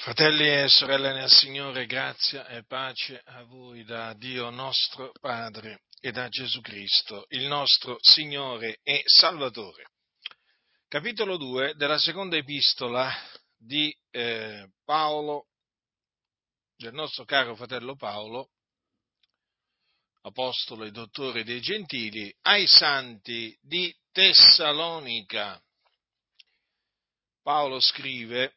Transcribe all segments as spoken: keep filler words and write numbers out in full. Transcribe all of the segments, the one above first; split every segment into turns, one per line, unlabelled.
Fratelli e sorelle nel Signore, grazia e pace a voi da Dio nostro Padre e da Gesù Cristo, il nostro Signore e Salvatore. Capitolo due della seconda epistola di eh, Paolo, del nostro caro fratello Paolo, apostolo e dottore dei Gentili, ai santi di Tessalonica. Paolo scrive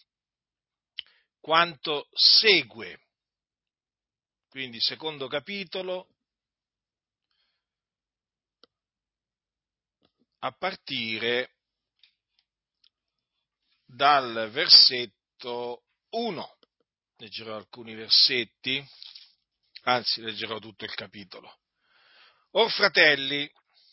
quanto segue. Quindi, secondo capitolo, a partire dal versetto uno. Leggerò alcuni versetti, anzi leggerò tutto il capitolo. Or fratelli,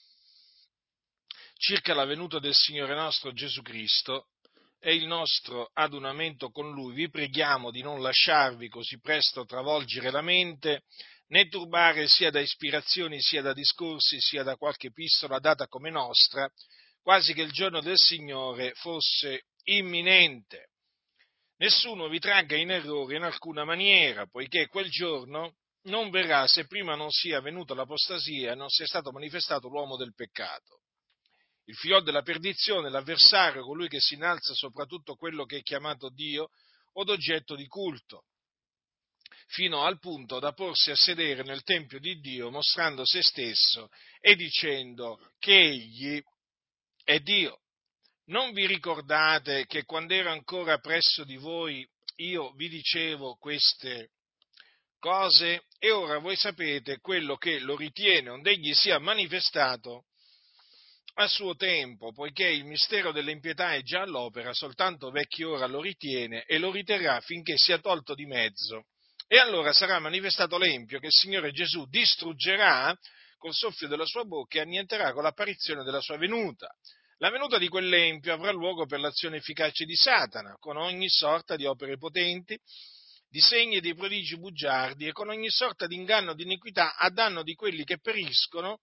circa la venuta del Signore nostro Gesù Cristo e il nostro adunamento con Lui, vi preghiamo di non lasciarvi così presto travolgere la mente, né turbare sia da ispirazioni, sia da discorsi, sia da qualche epistola data come nostra, quasi che il giorno del Signore fosse imminente. Nessuno vi tragga in errore in alcuna maniera, poiché quel giorno non verrà se prima non sia venuta l'apostasia e non sia stato manifestato l'uomo del peccato, il figlio della perdizione, l'avversario, colui che si innalza sopra tutto quello che è chiamato Dio od oggetto di culto, fino al punto da porsi a sedere nel tempio di Dio, mostrando se stesso e dicendo che egli è Dio. Non vi ricordate che quando ero ancora presso di voi io vi dicevo queste cose? E ora voi sapete quello che lo ritiene, onde egli sia manifestato a suo tempo, poiché il mistero dell'impietà è già all'opera, soltanto vecchio ora lo ritiene e lo riterrà finché sia tolto di mezzo. E allora sarà manifestato l'empio che il Signore Gesù distruggerà col soffio della sua bocca e annienterà con l'apparizione della sua venuta. La venuta di quell'empio avrà luogo per l'azione efficace di Satana, con ogni sorta di opere potenti, di segni e di prodigi bugiardi e con ogni sorta di inganno di iniquità a danno di quelli che periscono,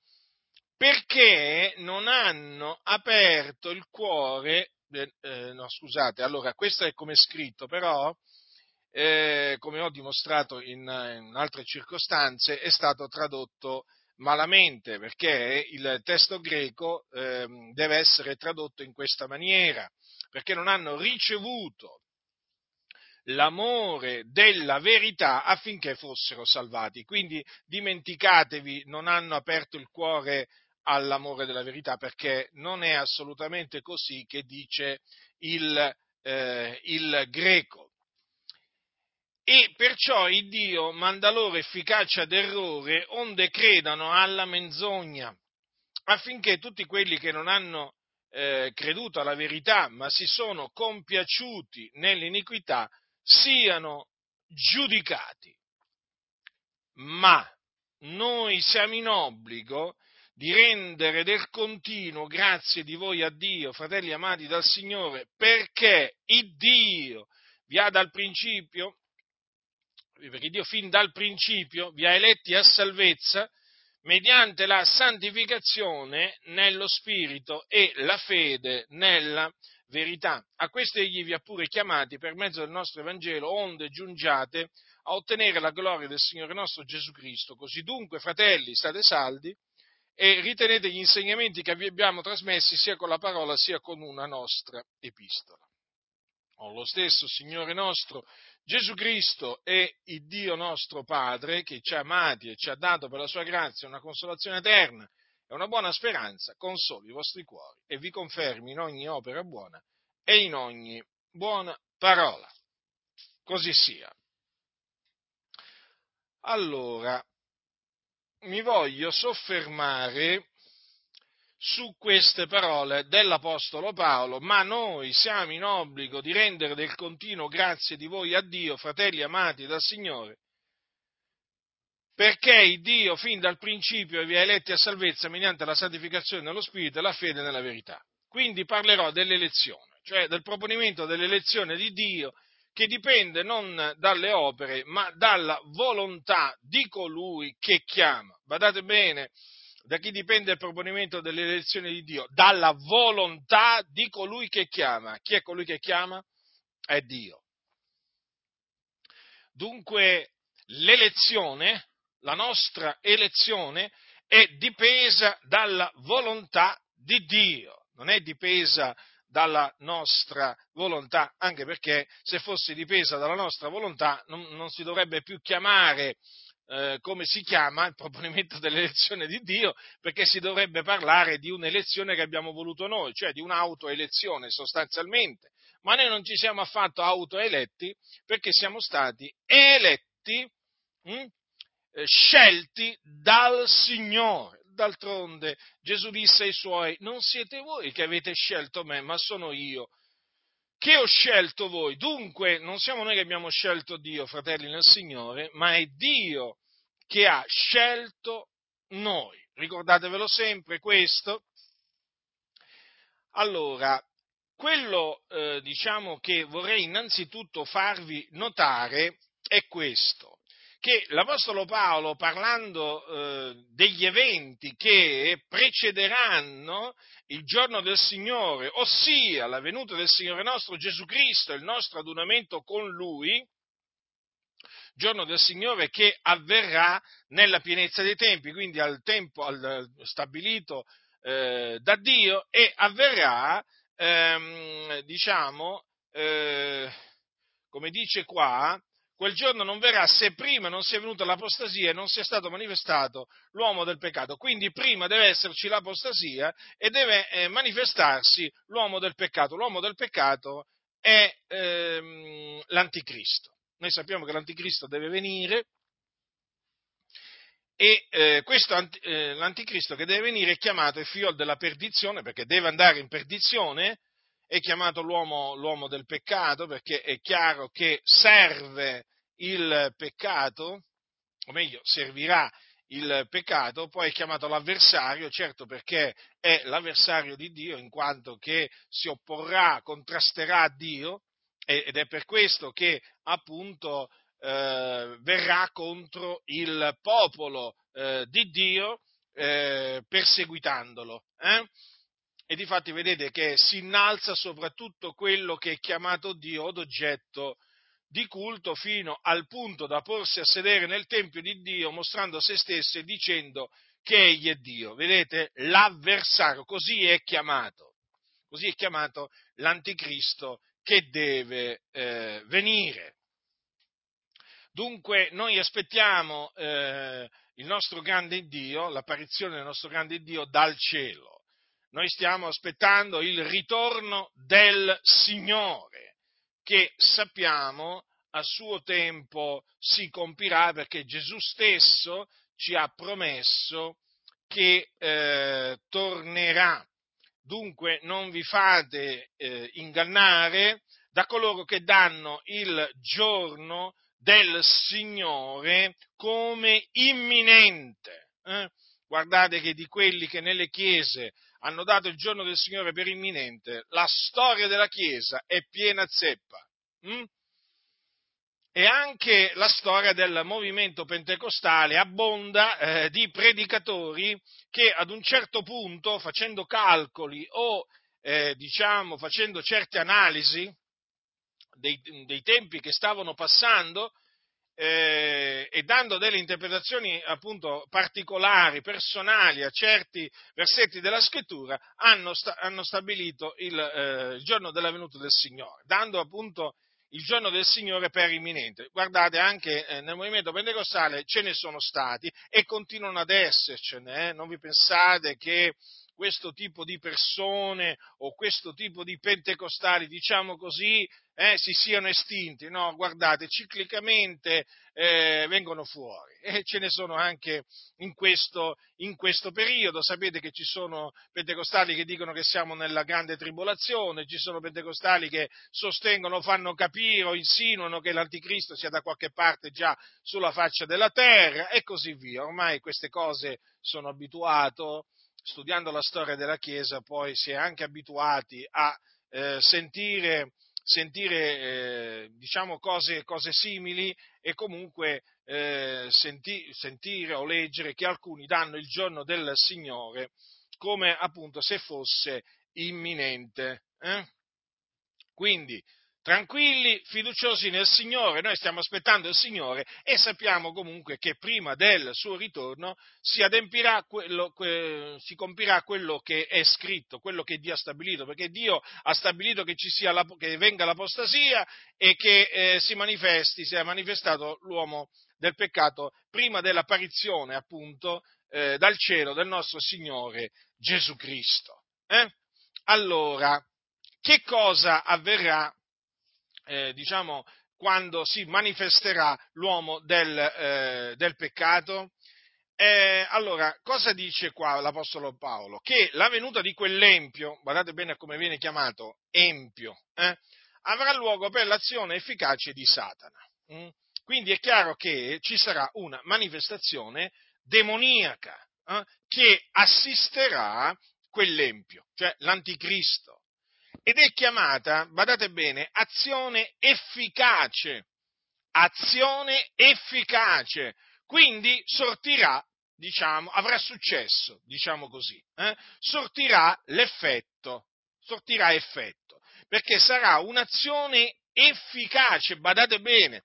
perché non hanno aperto il cuore, eh, eh, no scusate, allora questo è come è scritto, però eh, come ho dimostrato in, in altre circostanze è stato tradotto malamente, perché il testo greco eh, deve essere tradotto in questa maniera, perché non hanno ricevuto l'amore della verità affinché fossero salvati. Quindi dimenticatevi, non hanno aperto il cuore all'amore della verità, perché non è assolutamente così che dice il, eh, il greco. E perciò il Dio manda loro efficacia d'errore, onde credano alla menzogna, affinché tutti quelli che non hanno eh, creduto alla verità, ma si sono compiaciuti nell'iniquità, siano giudicati. Ma noi siamo in obbligo di rendere del continuo grazie di voi a Dio, fratelli amati dal Signore, perché il Dio vi ha dal principio, perché Dio fin dal principio vi ha eletti a salvezza mediante la santificazione nello Spirito e la fede nella verità. A questo egli vi ha pure chiamati per mezzo del nostro Evangelo, onde giungiate a ottenere la gloria del Signore nostro Gesù Cristo. Così dunque, fratelli, state saldi e ritenete gli insegnamenti che vi abbiamo trasmessi sia con la parola sia con una nostra epistola. O lo stesso Signore nostro Gesù Cristo e il Dio nostro Padre, che ci ha amati e ci ha dato per la sua grazia una consolazione eterna e una buona speranza, consoli i vostri cuori e vi confermi in ogni opera buona e in ogni buona parola. Così sia. Allora, mi voglio soffermare su queste parole dell'Apostolo Paolo: ma noi siamo in obbligo di rendere del continuo grazie di voi a Dio, fratelli amati dal Signore, perché il Dio fin dal principio vi ha eletti a salvezza mediante la santificazione nello Spirito e la fede nella verità. Quindi parlerò dell'elezione, cioè del proponimento dell'elezione di Dio, che dipende non dalle opere, ma dalla volontà di colui che chiama. Badate bene, da chi dipende il proponimento dell'elezione di Dio? Dalla volontà di colui che chiama. Chi è colui che chiama? È Dio. Dunque l'elezione, la nostra elezione, è dipesa dalla volontà di Dio, non è dipesa dalla nostra volontà, anche perché se fosse dipesa dalla nostra volontà non, non si dovrebbe più chiamare eh, come si chiama il proponimento dell'elezione di Dio, perché si dovrebbe parlare di un'elezione che abbiamo voluto noi, cioè di un'autoelezione sostanzialmente, ma noi non ci siamo affatto autoeletti perché siamo stati eletti, mh, eh, scelti dal Signore. D'altronde Gesù disse ai Suoi: non siete voi che avete scelto me, ma sono io che ho scelto voi. Dunque non siamo noi che abbiamo scelto Dio, fratelli nel Signore, ma è Dio che ha scelto noi. Ricordatevelo sempre questo. Allora, quello eh, diciamo che vorrei innanzitutto farvi notare è questo, che l'Apostolo Paolo, parlando eh, degli eventi che precederanno il giorno del Signore, ossia la venuta del Signore nostro Gesù Cristo e il nostro adunamento con Lui, giorno del Signore che avverrà nella pienezza dei tempi, quindi al tempo al, stabilito eh, da Dio, e avverrà, ehm, diciamo, eh, come dice qua, quel giorno non verrà se prima non sia venuta l'apostasia e non sia stato manifestato l'uomo del peccato. Quindi prima deve esserci l'apostasia e deve eh, manifestarsi l'uomo del peccato. L'uomo del peccato è ehm, l'anticristo. Noi sappiamo che l'anticristo deve venire e eh, questo eh, l'anticristo che deve venire è chiamato il figlio della perdizione, perché deve andare in perdizione, è chiamato l'uomo, l'uomo del peccato, perché è chiaro che serve il peccato, o meglio, servirà il peccato. Poi è chiamato l'avversario, certo, perché è l'avversario di Dio, in quanto che si opporrà, contrasterà Dio, ed è per questo che appunto eh, verrà contro il popolo eh, di Dio, eh, perseguitandolo. Eh? E difatti vedete che si innalza soprattutto quello che è chiamato Dio od oggetto di culto, fino al punto da porsi a sedere nel Tempio di Dio, mostrando se stesso e dicendo che egli è Dio. Vedete? L'avversario, così è chiamato, così è chiamato l'anticristo che deve eh, venire. Dunque noi aspettiamo eh, il nostro grande Dio, l'apparizione del nostro grande Dio dal cielo. Noi stiamo aspettando il ritorno del Signore, che sappiamo a suo tempo si compirà, perché Gesù stesso ci ha promesso che eh, tornerà. Dunque non vi fate eh, ingannare da coloro che danno il giorno del Signore come imminente. Eh? Guardate che di quelli che nelle chiese hanno dato il giorno del Signore per imminente, la storia della Chiesa è piena zeppa. Hm? E anche la storia del movimento pentecostale abbonda eh, di predicatori che ad un certo punto, facendo calcoli o eh, diciamo facendo certe analisi dei, dei tempi che stavano passando, eh, e dando delle interpretazioni appunto particolari, personali a certi versetti della scrittura, hanno, sta, hanno stabilito il, eh, il giorno della venuta del Signore, dando appunto il giorno del Signore per imminente. Guardate, anche eh, nel movimento pentecostale ce ne sono stati e continuano ad essercene, eh? Non vi pensate che questo tipo di persone o questo tipo di pentecostali, diciamo così, eh, si siano estinti. No, guardate, ciclicamente eh, vengono fuori e ce ne sono anche in questo, in questo periodo. Sapete che ci sono pentecostali che dicono che siamo nella grande tribolazione, ci sono pentecostali che sostengono, fanno capire o insinuano che l'anticristo sia da qualche parte già sulla faccia della terra e così via. Ormai queste cose sono abituato. Studiando la storia della Chiesa poi si è anche abituati a eh, sentire, sentire eh, diciamo cose, cose simili e comunque eh, senti, sentire o leggere che alcuni danno il giorno del Signore come appunto se fosse imminente. Eh? Quindi tranquilli, fiduciosi nel Signore, noi stiamo aspettando il Signore e sappiamo comunque che prima del suo ritorno si adempirà quello, que, si compirà quello che è scritto, quello che Dio ha stabilito, perché Dio ha stabilito che ci sia la, che venga l'apostasia e che eh, si manifesti, sia manifestato l'uomo del peccato prima dell'apparizione appunto eh, dal cielo del nostro Signore Gesù Cristo. Eh? Allora, che cosa avverrà Eh, diciamo, quando si manifesterà l'uomo del, eh, del peccato? Eh, allora, cosa dice qua l'Apostolo Paolo? Che la venuta di quell'empio, guardate bene come viene chiamato, empio, eh, avrà luogo per l'azione efficace di Satana. Mm? Quindi è chiaro che ci sarà una manifestazione demoniaca eh, che assisterà quell'empio, cioè l'anticristo. Ed è chiamata, badate bene, azione efficace, azione efficace, quindi sortirà, diciamo, avrà successo, diciamo così, eh? sortirà l'effetto, sortirà effetto, perché sarà un'azione efficace, badate bene,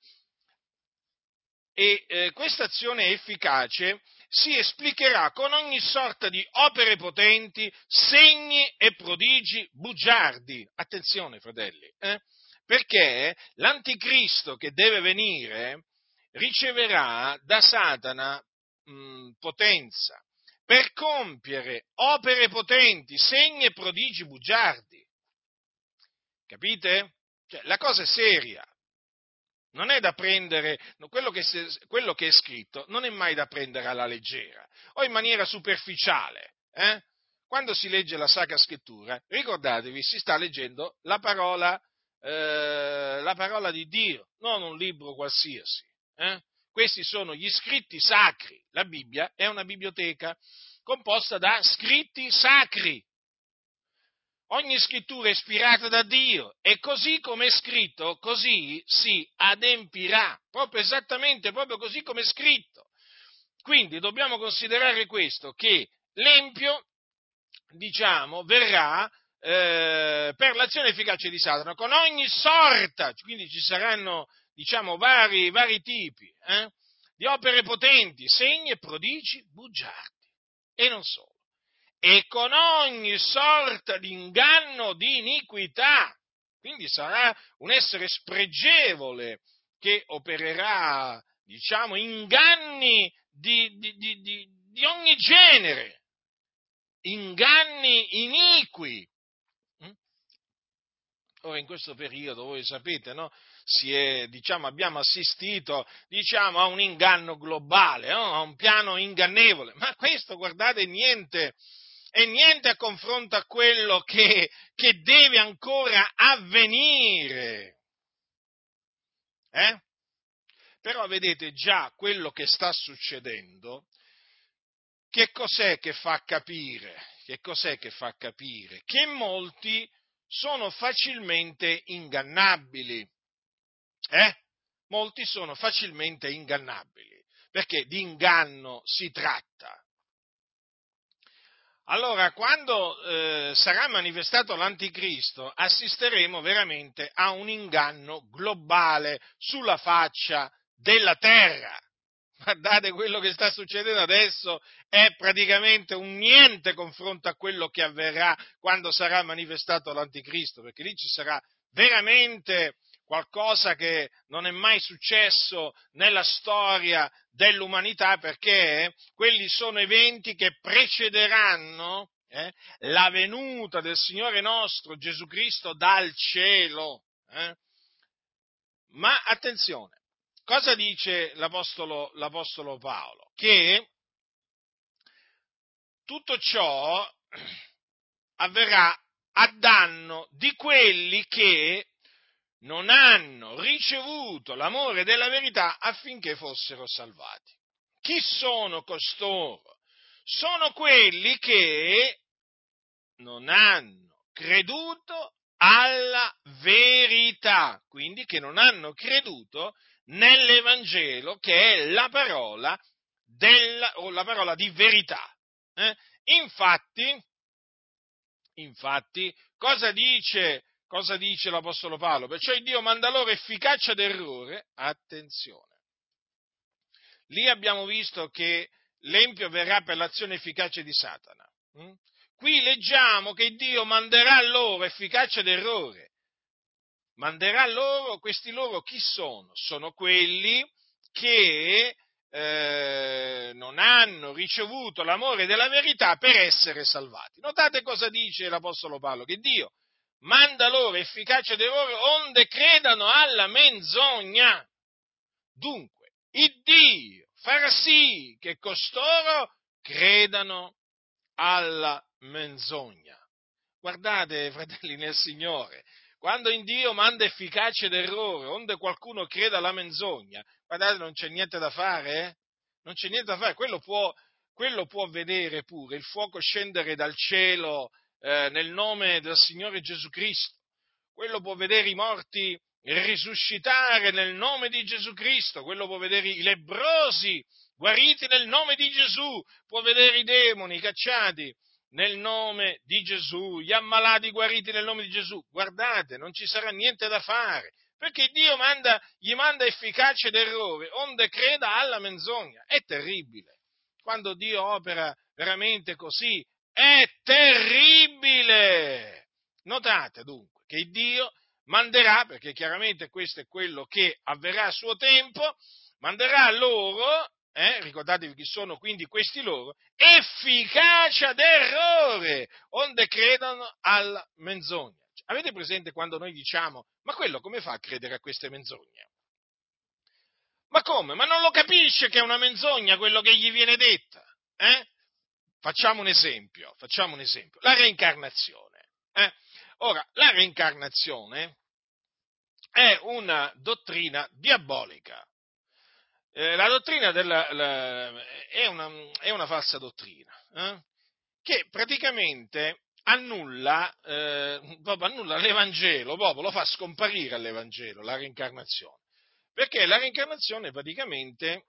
e eh, questa azione efficace si esplicherà con ogni sorta di opere potenti, segni e prodigi bugiardi. Attenzione, fratelli, eh? perché l'anticristo che deve venire riceverà da Satana mh, potenza per compiere opere potenti, segni e prodigi bugiardi. Capite? Cioè, la cosa è seria. Non è da prendere, quello che, quello che è scritto non è mai da prendere alla leggera o in maniera superficiale. Eh? Quando si legge la Sacra Scrittura, ricordatevi, si sta leggendo la parola, eh, la parola di Dio, non un libro qualsiasi. Eh? Questi sono gli scritti sacri. La Bibbia è una biblioteca composta da scritti sacri. Ogni scrittura è ispirata da Dio e così come è scritto, così si adempirà, proprio esattamente, proprio così come è scritto. Quindi dobbiamo considerare questo, che l'empio, diciamo, verrà eh, per l'azione efficace di Satana, con ogni sorta, quindi ci saranno, diciamo, vari, vari tipi eh, di opere potenti, segni e prodigi bugiardi, e non solo. E con ogni sorta di inganno di iniquità. Quindi sarà un essere spregevole che opererà, diciamo, inganni di, di, di, di, di ogni genere, inganni iniqui. Ora in questo periodo, voi sapete, no? Si è, diciamo, abbiamo assistito, diciamo, a un inganno globale, no? A un piano ingannevole, ma questo, guardate, è niente, è niente a confronto a quello che, che deve ancora avvenire. Eh? Però vedete già quello che sta succedendo, che cos'è che fa capire? Che cos'è che fa capire? Che molti sono facilmente ingannabili. Eh? Molti sono facilmente ingannabili, perché di inganno si tratta. Allora, quando eh, sarà manifestato l'Anticristo, assisteremo veramente a un inganno globale sulla faccia della terra. Guardate, quello che sta succedendo adesso è praticamente un niente confronto a quello che avverrà quando sarà manifestato l'Anticristo, perché lì ci sarà veramente qualcosa che non è mai successo nella storia dell'umanità, perché quelli sono eventi che precederanno eh, la venuta del Signore nostro Gesù Cristo dal cielo. Eh? Ma attenzione, cosa dice l'Apostolo, l'Apostolo Paolo? Che tutto ciò avverrà a danno di quelli che non hanno ricevuto l'amore della verità affinché fossero salvati. Chi sono costoro? Sono quelli che non hanno creduto alla verità, quindi che non hanno creduto nell'Evangelo, che è la parola della, o la parola di verità. Eh? Infatti, infatti, cosa dice Cosa dice l'Apostolo Paolo? Perciò il Dio manda loro efficacia d'errore, attenzione. Lì abbiamo visto che l'empio verrà per l'azione efficace di Satana. Hm? Qui leggiamo che Dio manderà loro efficacia d'errore. Manderà loro, questi loro chi sono? Sono quelli che eh, non hanno ricevuto l'amore della verità per essere salvati. Notate cosa dice l'Apostolo Paolo, che Dio manda loro efficacia d'errore onde credano alla menzogna. Dunque, il Dio farà sì che costoro credano alla menzogna. Guardate, fratelli nel Signore, quando in Dio manda efficacia d'errore, onde qualcuno creda alla menzogna, guardate, non c'è niente da fare, eh? Non c'è niente da fare, quello può, quello può vedere pure il fuoco scendere dal cielo eh, nel nome del Signore Gesù Cristo, quello può vedere i morti risuscitare nel nome di Gesù Cristo, quello può vedere i lebbrosi guariti nel nome di Gesù, può vedere i demoni cacciati nel nome di Gesù, gli ammalati guariti nel nome di Gesù. Guardate, non ci sarà niente da fare, perché Dio manda, gli manda efficacia d'errore, onde creda alla menzogna. È terribile. Quando Dio opera veramente così, è terribile. Notate dunque che Dio manderà, perché chiaramente questo è quello che avverrà a suo tempo, manderà loro, eh, ricordatevi chi sono quindi questi loro, efficacia d'errore, onde credano alla menzogna. Avete presente quando noi diciamo, ma quello come fa a credere a queste menzogne? Ma come? Ma non lo capisce che è una menzogna quello che gli viene detta? Eh? Facciamo un esempio, facciamo un esempio, la reincarnazione. Eh? Ora, la reincarnazione è una dottrina diabolica. Eh, la dottrina della, la, è, una, è una falsa dottrina, eh? Che praticamente annulla, eh, proprio annulla l'Evangelo, proprio lo fa scomparire l'Evangelo, la reincarnazione. Perché la reincarnazione praticamente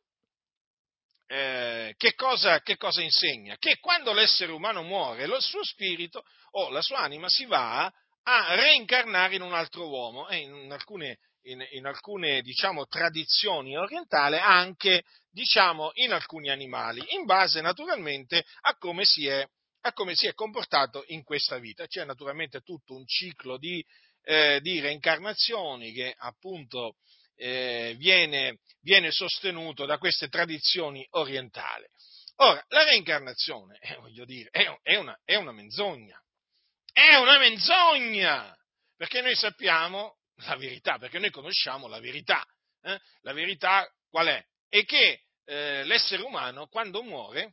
eh, che, cosa, che cosa insegna? Che quando l'essere umano muore, lo suo spirito o la sua anima si va a reincarnare in un altro uomo e in alcune, in, in alcune diciamo, tradizioni orientali anche diciamo, in alcuni animali, in base naturalmente a come si è, a come si è comportato in questa vita. C'è naturalmente tutto un ciclo di, eh, di reincarnazioni che appunto eh, viene, viene sostenuto da queste tradizioni orientali. Ora, la reincarnazione, eh, voglio dire, è, è, una, è una menzogna, è una menzogna, perché noi sappiamo la verità, perché noi conosciamo la verità. Eh? La verità qual è? È che eh, l'essere umano quando muore,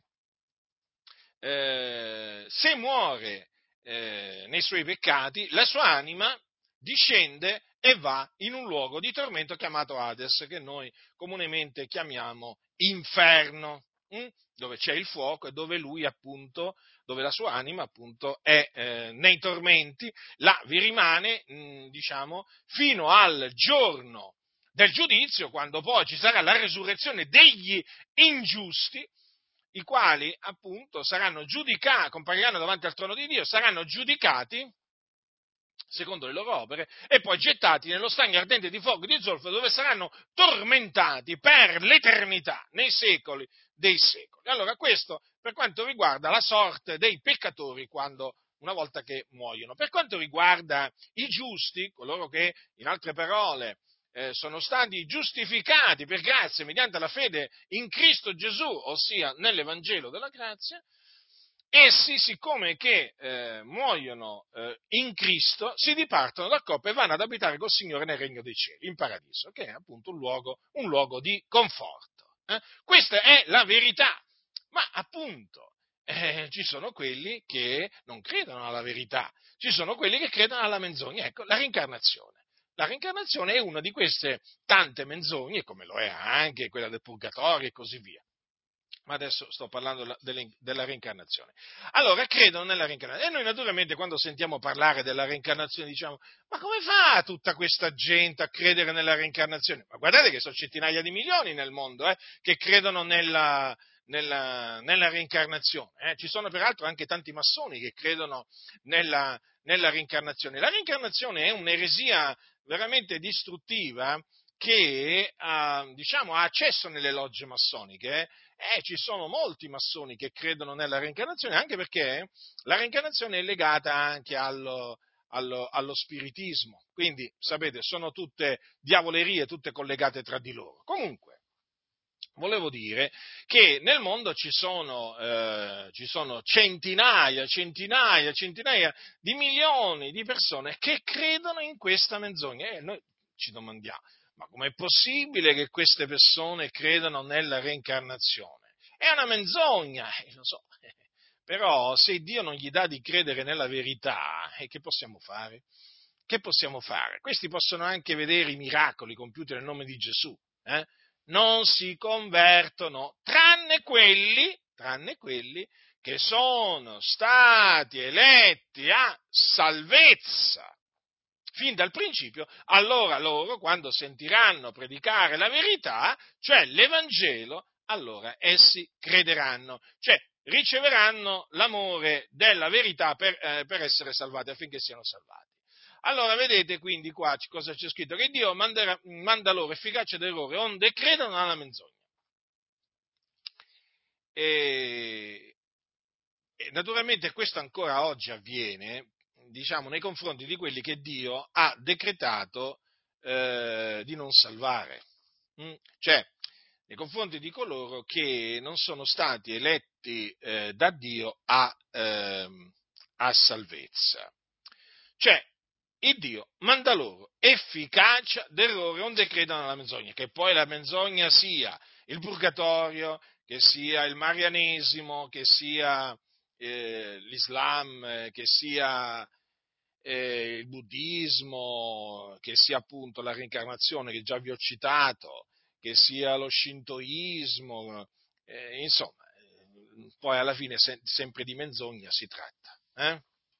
eh, se muore eh, nei suoi peccati, la sua anima discende e va in un luogo di tormento chiamato Hades, che noi comunemente chiamiamo inferno, hm? Dove c'è il fuoco e dove lui appunto, dove la sua anima appunto è eh, nei tormenti, là vi rimane, mh, diciamo, fino al giorno del giudizio, quando poi ci sarà la resurrezione degli ingiusti, i quali appunto saranno giudicati, compariranno davanti al trono di Dio, saranno giudicati secondo le loro opere, e poi gettati nello stagno ardente di fuoco e di zolfo, dove saranno tormentati per l'eternità, nei secoli dei secoli. Allora, questo per quanto riguarda la sorte dei peccatori quando, una volta che muoiono. Per quanto riguarda i giusti, coloro che, in altre parole, eh, sono stati giustificati per grazia mediante la fede in Cristo Gesù, ossia nell'Evangelo della grazia, essi, siccome che eh, muoiono eh, in Cristo, si dipartono dal corpo e vanno ad abitare col Signore nel regno dei cieli, in paradiso, che è appunto un luogo, un luogo di conforto. Eh? Questa è la verità, ma appunto eh, ci sono quelli che non credono alla verità, ci sono quelli che credono alla menzogna. Ecco, la reincarnazione. La reincarnazione è una di queste tante menzogne, come lo è anche quella del purgatorio e così via. Ma adesso sto parlando della reincarnazione. Allora, credono nella reincarnazione. E noi naturalmente quando sentiamo parlare della reincarnazione diciamo, ma come fa tutta questa gente a credere nella reincarnazione? Ma guardate che sono centinaia di milioni nel mondo eh, che credono nella, nella, nella reincarnazione. Eh. Ci sono peraltro anche tanti massoni che credono nella, nella reincarnazione. La reincarnazione è un'eresia veramente distruttiva che ha, diciamo, ha accesso nelle logge massoniche. Eh? Eh, ci sono molti massoni che credono nella reincarnazione, anche perché la reincarnazione è legata anche allo, allo, allo spiritismo. Quindi, sapete, sono tutte diavolerie, tutte collegate tra di loro. Comunque, volevo dire che nel mondo ci sono, eh, ci sono centinaia, centinaia, centinaia di milioni di persone che credono in questa menzogna e noi ci domandiamo, ma com'è possibile che queste persone credano nella reincarnazione? È una menzogna, eh, lo so, però se Dio non gli dà di credere nella verità, eh, che possiamo fare? Che possiamo fare? Questi possono anche vedere i miracoli compiuti nel nome di Gesù, eh? Non si convertono, tranne quelli, tranne quelli che sono stati eletti a salvezza fin dal principio. Allora loro, quando sentiranno predicare la verità, cioè l'Evangelo, allora essi crederanno, cioè riceveranno l'amore della verità per, eh, per essere salvati, affinché siano salvati. Allora vedete quindi qua cosa c'è scritto? Che Dio manderà, manda loro efficacia d'errore, onde credono alla menzogna. E, e naturalmente questo ancora oggi avviene, diciamo, nei confronti di quelli che Dio ha decretato eh, di non salvare. Mm? Cioè, nei confronti di coloro che non sono stati eletti eh, da Dio a, ehm, a salvezza. Cioè, il Dio manda loro efficacia d'errore onde credano alla menzogna, che poi la menzogna sia il purgatorio, che sia il marianesimo, che sia eh, l'Islam, eh, che sia eh, il buddismo, che sia appunto la reincarnazione che già vi ho citato, che sia lo shintoismo, eh, insomma, eh, poi alla fine se, sempre di menzogna si tratta. Eh?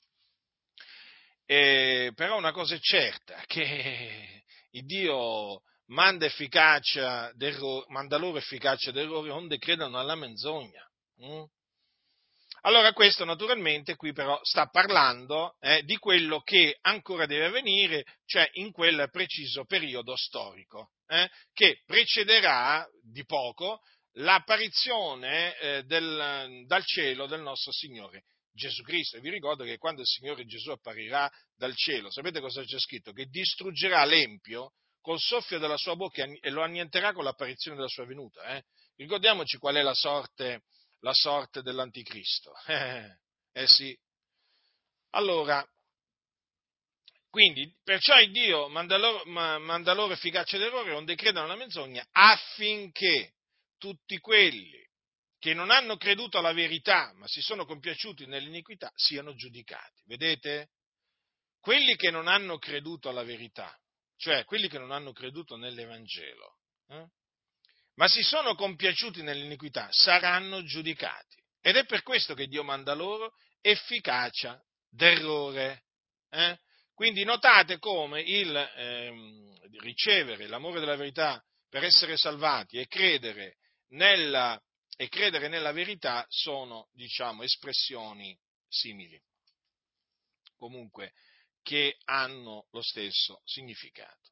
E, però una cosa è certa, che il Dio manda, efficacia manda loro efficacia d'errore onde credano alla menzogna. Mm? Allora questo naturalmente qui però sta parlando eh, di quello che ancora deve avvenire, cioè in quel preciso periodo storico, eh, che precederà di poco l'apparizione eh, del, dal cielo del nostro Signore Gesù Cristo. E vi ricordo che quando il Signore Gesù apparirà dal cielo, sapete cosa c'è scritto? Che distruggerà l'empio col soffio della sua bocca e lo annienterà con l'apparizione della sua venuta. Eh? Ricordiamoci qual è la sorte, la sorte dell'anticristo. Eh, eh sì. Allora, quindi, perciò il Dio manda loro, manda loro efficacia d'errore onde credano alla menzogna, affinché tutti quelli che non hanno creduto alla verità, ma si sono compiaciuti nell'iniquità, siano giudicati. Vedete? Quelli che non hanno creduto alla verità, cioè quelli che non hanno creduto nell'Evangelo, eh, ma si sono compiaciuti nell'iniquità, saranno giudicati. Ed è per questo che Dio manda loro efficacia d'errore. Eh? Quindi notate come il ehm, ricevere l'amore della verità per essere salvati e credere nella, e credere nella verità sono, diciamo, espressioni simili, comunque, che hanno lo stesso significato.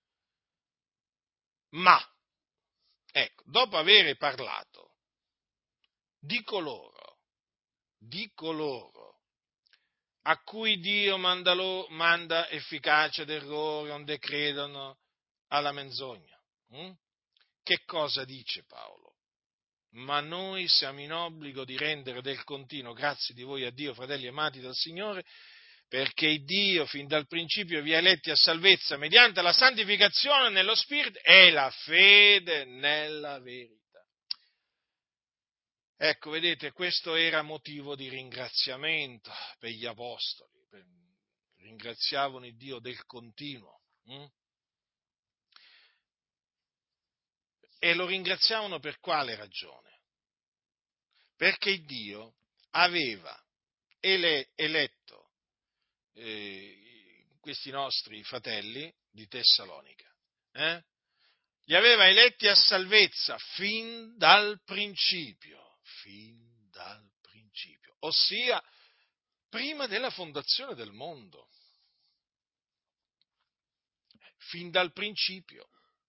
Ma, ecco, dopo aver parlato di coloro, di coloro a cui Dio manda, lo, manda efficacia d'errore onde credono alla menzogna, hm? Che cosa dice Paolo? Ma noi siamo in obbligo di rendere del continuo grazie di voi a Dio, fratelli amati dal Signore, perché Dio fin dal principio vi ha eletti a salvezza mediante la santificazione nello Spirito e la fede nella verità. Ecco, vedete, questo era motivo di ringraziamento per gli apostoli, per, ringraziavano il Dio del continuo. Hm? E lo ringraziavano per quale ragione? Perché Dio aveva ele- eletto eh, questi nostri fratelli di Tessalonica, eh? Li aveva eletti a salvezza fin dal principio, fin dal principio, ossia prima della fondazione del mondo, fin dal principio.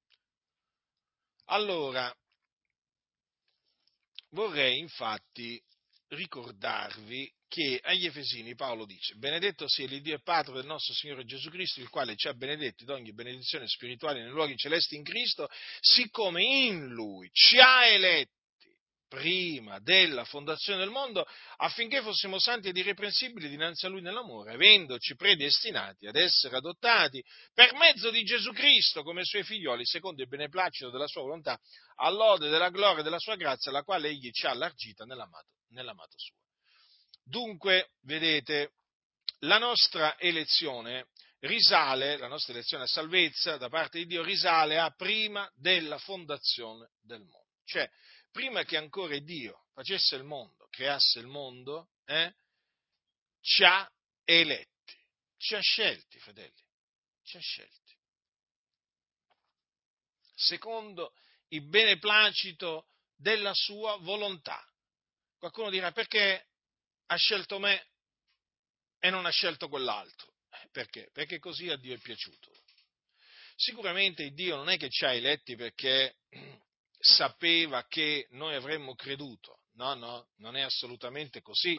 Allora, vorrei infatti ricordarvi che agli Efesini Paolo dice: benedetto sia l'Iddio e Padre del nostro Signore Gesù Cristo, il quale ci ha benedetti di ogni benedizione spirituale nei luoghi celesti in Cristo, siccome in Lui ci ha eletti prima della fondazione del mondo, affinché fossimo santi ed irreprensibili dinanzi a Lui nell'amore, avendoci predestinati ad essere adottati per mezzo di Gesù Cristo come Suoi figlioli, secondo il beneplacito della Sua volontà, all'ode della gloria e della Sua grazia, la quale Egli ci ha allargita nell'amato, nell'amato Suo. Dunque, vedete, la nostra elezione risale, la nostra elezione a salvezza da parte di Dio risale a prima della fondazione del mondo. Cioè, prima che ancora Dio facesse il mondo, creasse il mondo, eh, ci ha eletti, ci ha scelti, fratelli, ci ha scelti. Secondo il beneplacito della sua volontà. Qualcuno dirà: perché ha scelto me e non ha scelto quell'altro? Perché? Perché così a Dio è piaciuto. Sicuramente Dio non è che ci ha eletti perché sapeva che noi avremmo creduto. No, no, non è assolutamente così.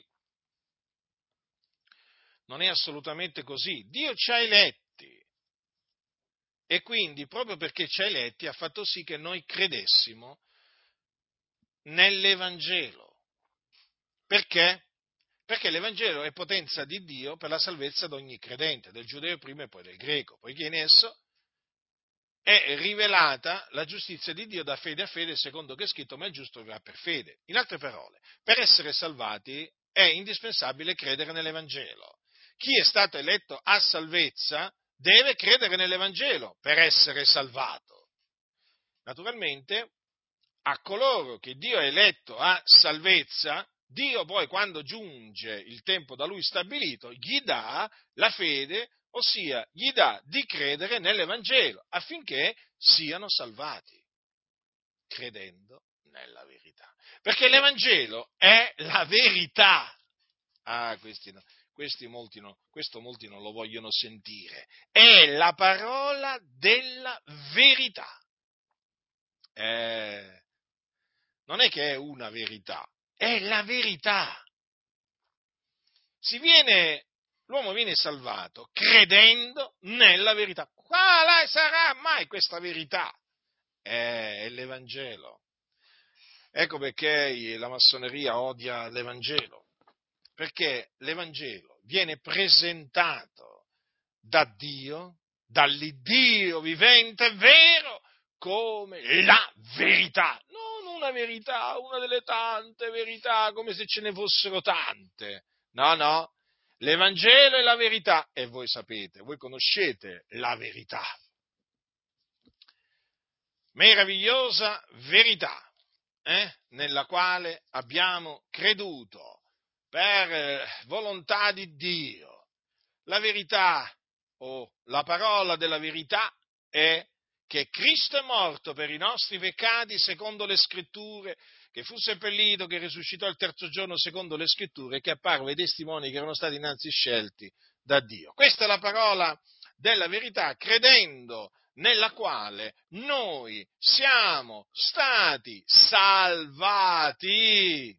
Non è assolutamente così. Dio ci ha eletti e quindi proprio perché ci ha eletti ha fatto sì che noi credessimo nell'Evangelo. Perché? Perché l'Evangelo è potenza di Dio per la salvezza di ogni credente, del giudeo prima e poi del greco, poiché in esso è rivelata la giustizia di Dio da fede a fede, secondo che è scritto: ma il giusto vivrà per fede. In altre parole, per essere salvati è indispensabile credere nell'Evangelo. Chi è stato eletto a salvezza deve credere nell'Evangelo per essere salvato. Naturalmente, a coloro che Dio ha eletto a salvezza, Dio poi, quando giunge il tempo da Lui stabilito, gli dà la fede, ossia gli dà di credere nell'Evangelo, affinché siano salvati, credendo nella verità. Perché l'Evangelo è la verità. Ah, questi no. Questi molti no, questo molti non lo vogliono sentire. È la parola della verità. Eh, non è che è una verità, è la verità. Si viene, l'uomo viene salvato credendo nella verità. Quale sarà mai questa verità? Eh, è l'Evangelo. Ecco perché la massoneria odia l'Evangelo, perché l'Evangelo viene presentato da Dio, dall'Iddio vivente e vero, come la verità. Non una verità, una delle tante verità, come se ce ne fossero tante. No, no, l'Evangelo è la verità e voi sapete, voi conoscete la verità. Meravigliosa verità, eh, nella quale abbiamo creduto per eh, volontà di Dio. La verità, o la parola della verità, è che Cristo è morto per i nostri peccati secondo le Scritture, che fu seppellito, che risuscitò il terzo giorno secondo le Scritture, e che apparve ai testimoni che erano stati innanzi scelti da Dio. Questa è la parola della verità, credendo nella quale noi siamo stati salvati.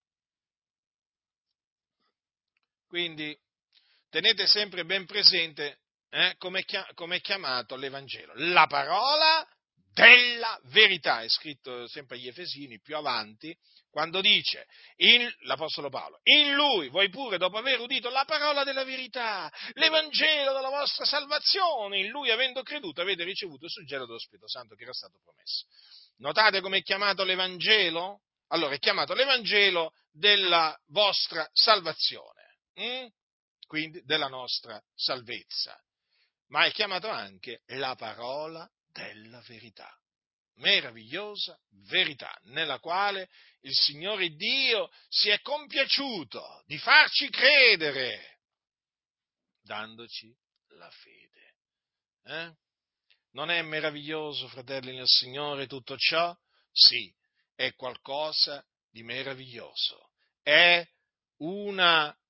Quindi tenete sempre ben presente eh, come è chiamato l'Evangelo. La parola della verità, è scritto sempre agli Efesini più avanti, quando dice, in, l'Apostolo Paolo, in Lui, voi pure dopo aver udito la parola della verità, l'Evangelo della vostra salvazione, in Lui avendo creduto avete ricevuto il suggello dello Spirito Santo che era stato promesso. Notate come è chiamato l'Evangelo? Allora, è chiamato l'Evangelo della vostra salvazione. Mm? Quindi della nostra salvezza, ma è chiamato anche la parola della verità, meravigliosa verità, nella quale il Signore Dio si è compiaciuto di farci credere, dandoci la fede. Eh? Non è meraviglioso, fratelli nel Signore, tutto ciò? Sì, è qualcosa di meraviglioso, è una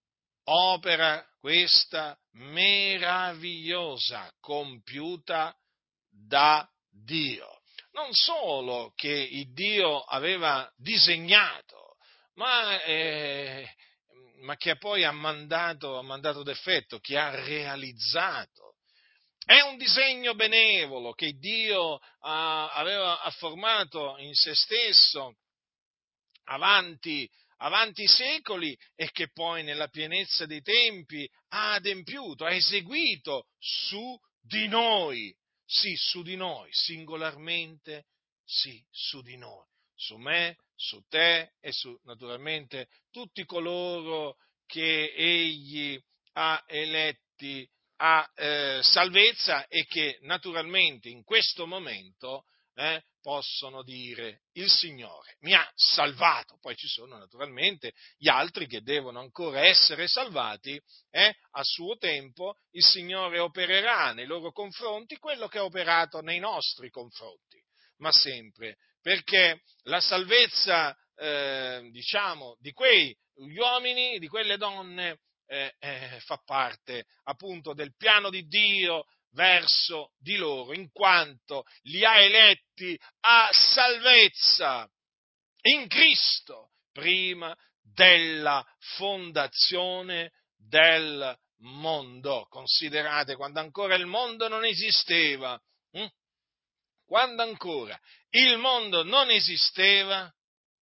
opera questa meravigliosa compiuta da Dio. Non solo che il Dio aveva disegnato, ma, eh, ma che poi ha mandato, ha mandato d'effetto, che ha realizzato. È un disegno benevolo che Dio ah, aveva ha formato in se stesso avanti, avanti i secoli e che poi nella pienezza dei tempi ha adempiuto, ha eseguito su di noi. Sì, su di noi, singolarmente, sì, su di noi, su me, su te e su naturalmente tutti coloro che egli ha eletti a eh, salvezza e che naturalmente in questo momento eh, possono dire: il Signore mi ha salvato. Poi ci sono naturalmente gli altri che devono ancora essere salvati, eh, a suo tempo il Signore opererà nei loro confronti quello che ha operato nei nostri confronti, ma sempre perché la salvezza, eh, diciamo, di quei uomini, di quelle donne, eh, eh, fa parte appunto del piano di Dio verso di loro, in quanto li ha eletti a salvezza in Cristo prima della fondazione del mondo. Considerate, quando ancora il mondo non esisteva, hm? quando ancora il mondo non esisteva,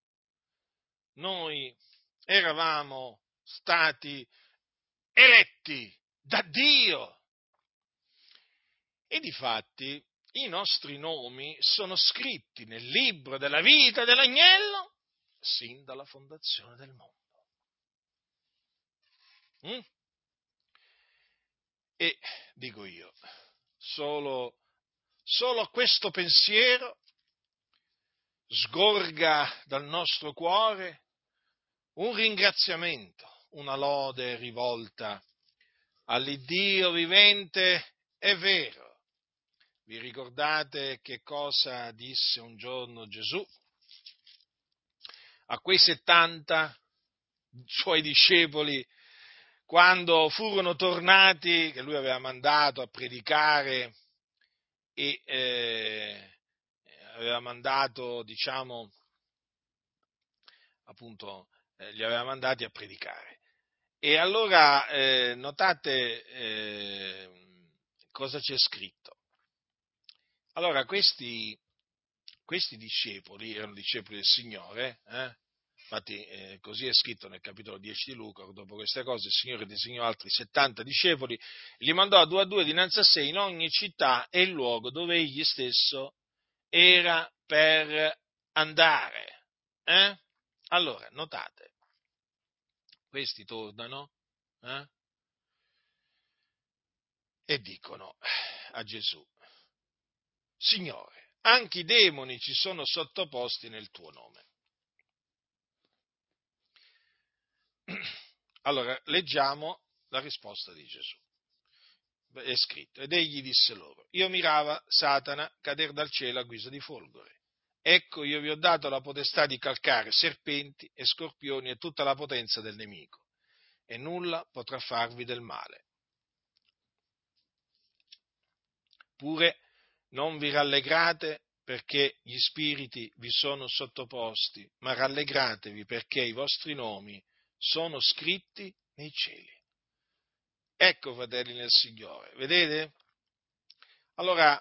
noi eravamo stati eletti da Dio. E difatti i nostri nomi sono scritti nel libro della vita dell'agnello sin dalla fondazione del mondo. Mm? E dico io, solo, solo questo pensiero sgorga dal nostro cuore un ringraziamento, una lode rivolta all'Iddio vivente e vero. Vi ricordate che cosa disse un giorno Gesù a quei settanta suoi discepoli quando furono tornati, che lui aveva mandato a predicare e eh, aveva mandato, diciamo, appunto, eh, li aveva mandati a predicare. E allora eh, notate eh, cosa c'è scritto. Allora, questi, questi discepoli erano discepoli del Signore, eh? Infatti eh, così è scritto nel capitolo dieci di Luca: dopo queste cose il Signore disegnò altri settanta discepoli, li mandò a due a due dinanzi a sé in ogni città e luogo dove egli stesso era per andare. Eh? Allora, notate, questi tornano eh? e dicono a Gesù: Signore, anche i demoni ci sono sottoposti nel tuo nome. Allora, leggiamo la risposta di Gesù. È scritto: ed egli disse loro: io mirava Satana cader dal cielo a guisa di folgore. Ecco, io vi ho dato la potestà di calcare serpenti e scorpioni e tutta la potenza del nemico, e nulla potrà farvi del male. Pure non vi rallegrate perché gli spiriti vi sono sottoposti, ma rallegratevi perché i vostri nomi sono scritti nei cieli. Ecco, fratelli nel Signore, vedete? Allora,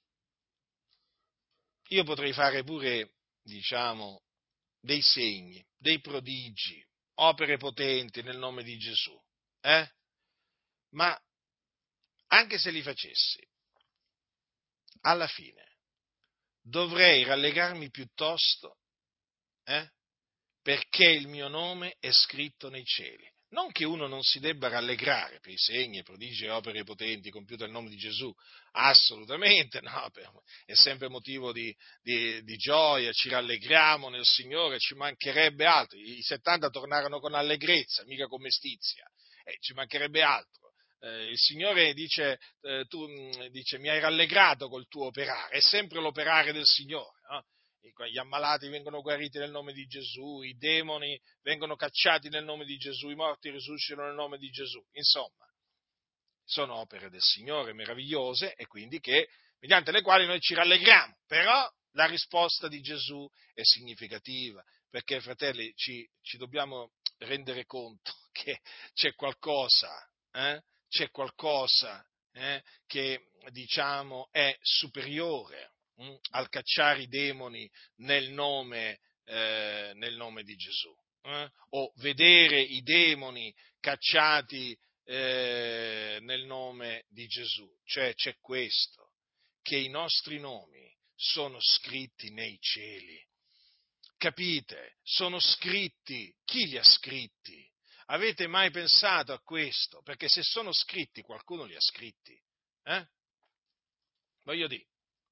io potrei fare pure, diciamo, dei segni, dei prodigi, opere potenti nel nome di Gesù, eh? Ma anche se li facessi, alla fine dovrei rallegrarmi piuttosto, eh? perché il mio nome è scritto nei cieli. Non che uno non si debba rallegrare per i segni, prodigi e opere potenti compiute nel nome di Gesù, assolutamente no, è sempre motivo di, di, di gioia, ci rallegriamo nel Signore, ci mancherebbe altro. I settanta tornarono con allegrezza, mica con mestizia, eh, ci mancherebbe altro. Eh, il Signore dice, eh, tu, dice, mi hai rallegrato col tuo operare, è sempre l'operare del Signore, no? gli ammalati vengono guariti nel nome di Gesù, i demoni vengono cacciati nel nome di Gesù, i morti risuscitano nel nome di Gesù. Insomma, sono opere del Signore meravigliose e quindi che, mediante le quali noi ci rallegriamo. Però la risposta di Gesù è significativa, perché, fratelli, ci, ci dobbiamo rendere conto che c'è qualcosa, eh? c'è qualcosa eh? che, diciamo, è superiore hm? al cacciare i demoni nel nome, eh, nel nome di Gesù, eh? o vedere i demoni cacciati eh, nel nome di Gesù. Cioè c'è questo, che i nostri nomi sono scritti nei cieli. Capite? Sono scritti. Chi li ha scritti? Avete mai pensato a questo? Perché se sono scritti, qualcuno li ha scritti. Eh? Voglio dire,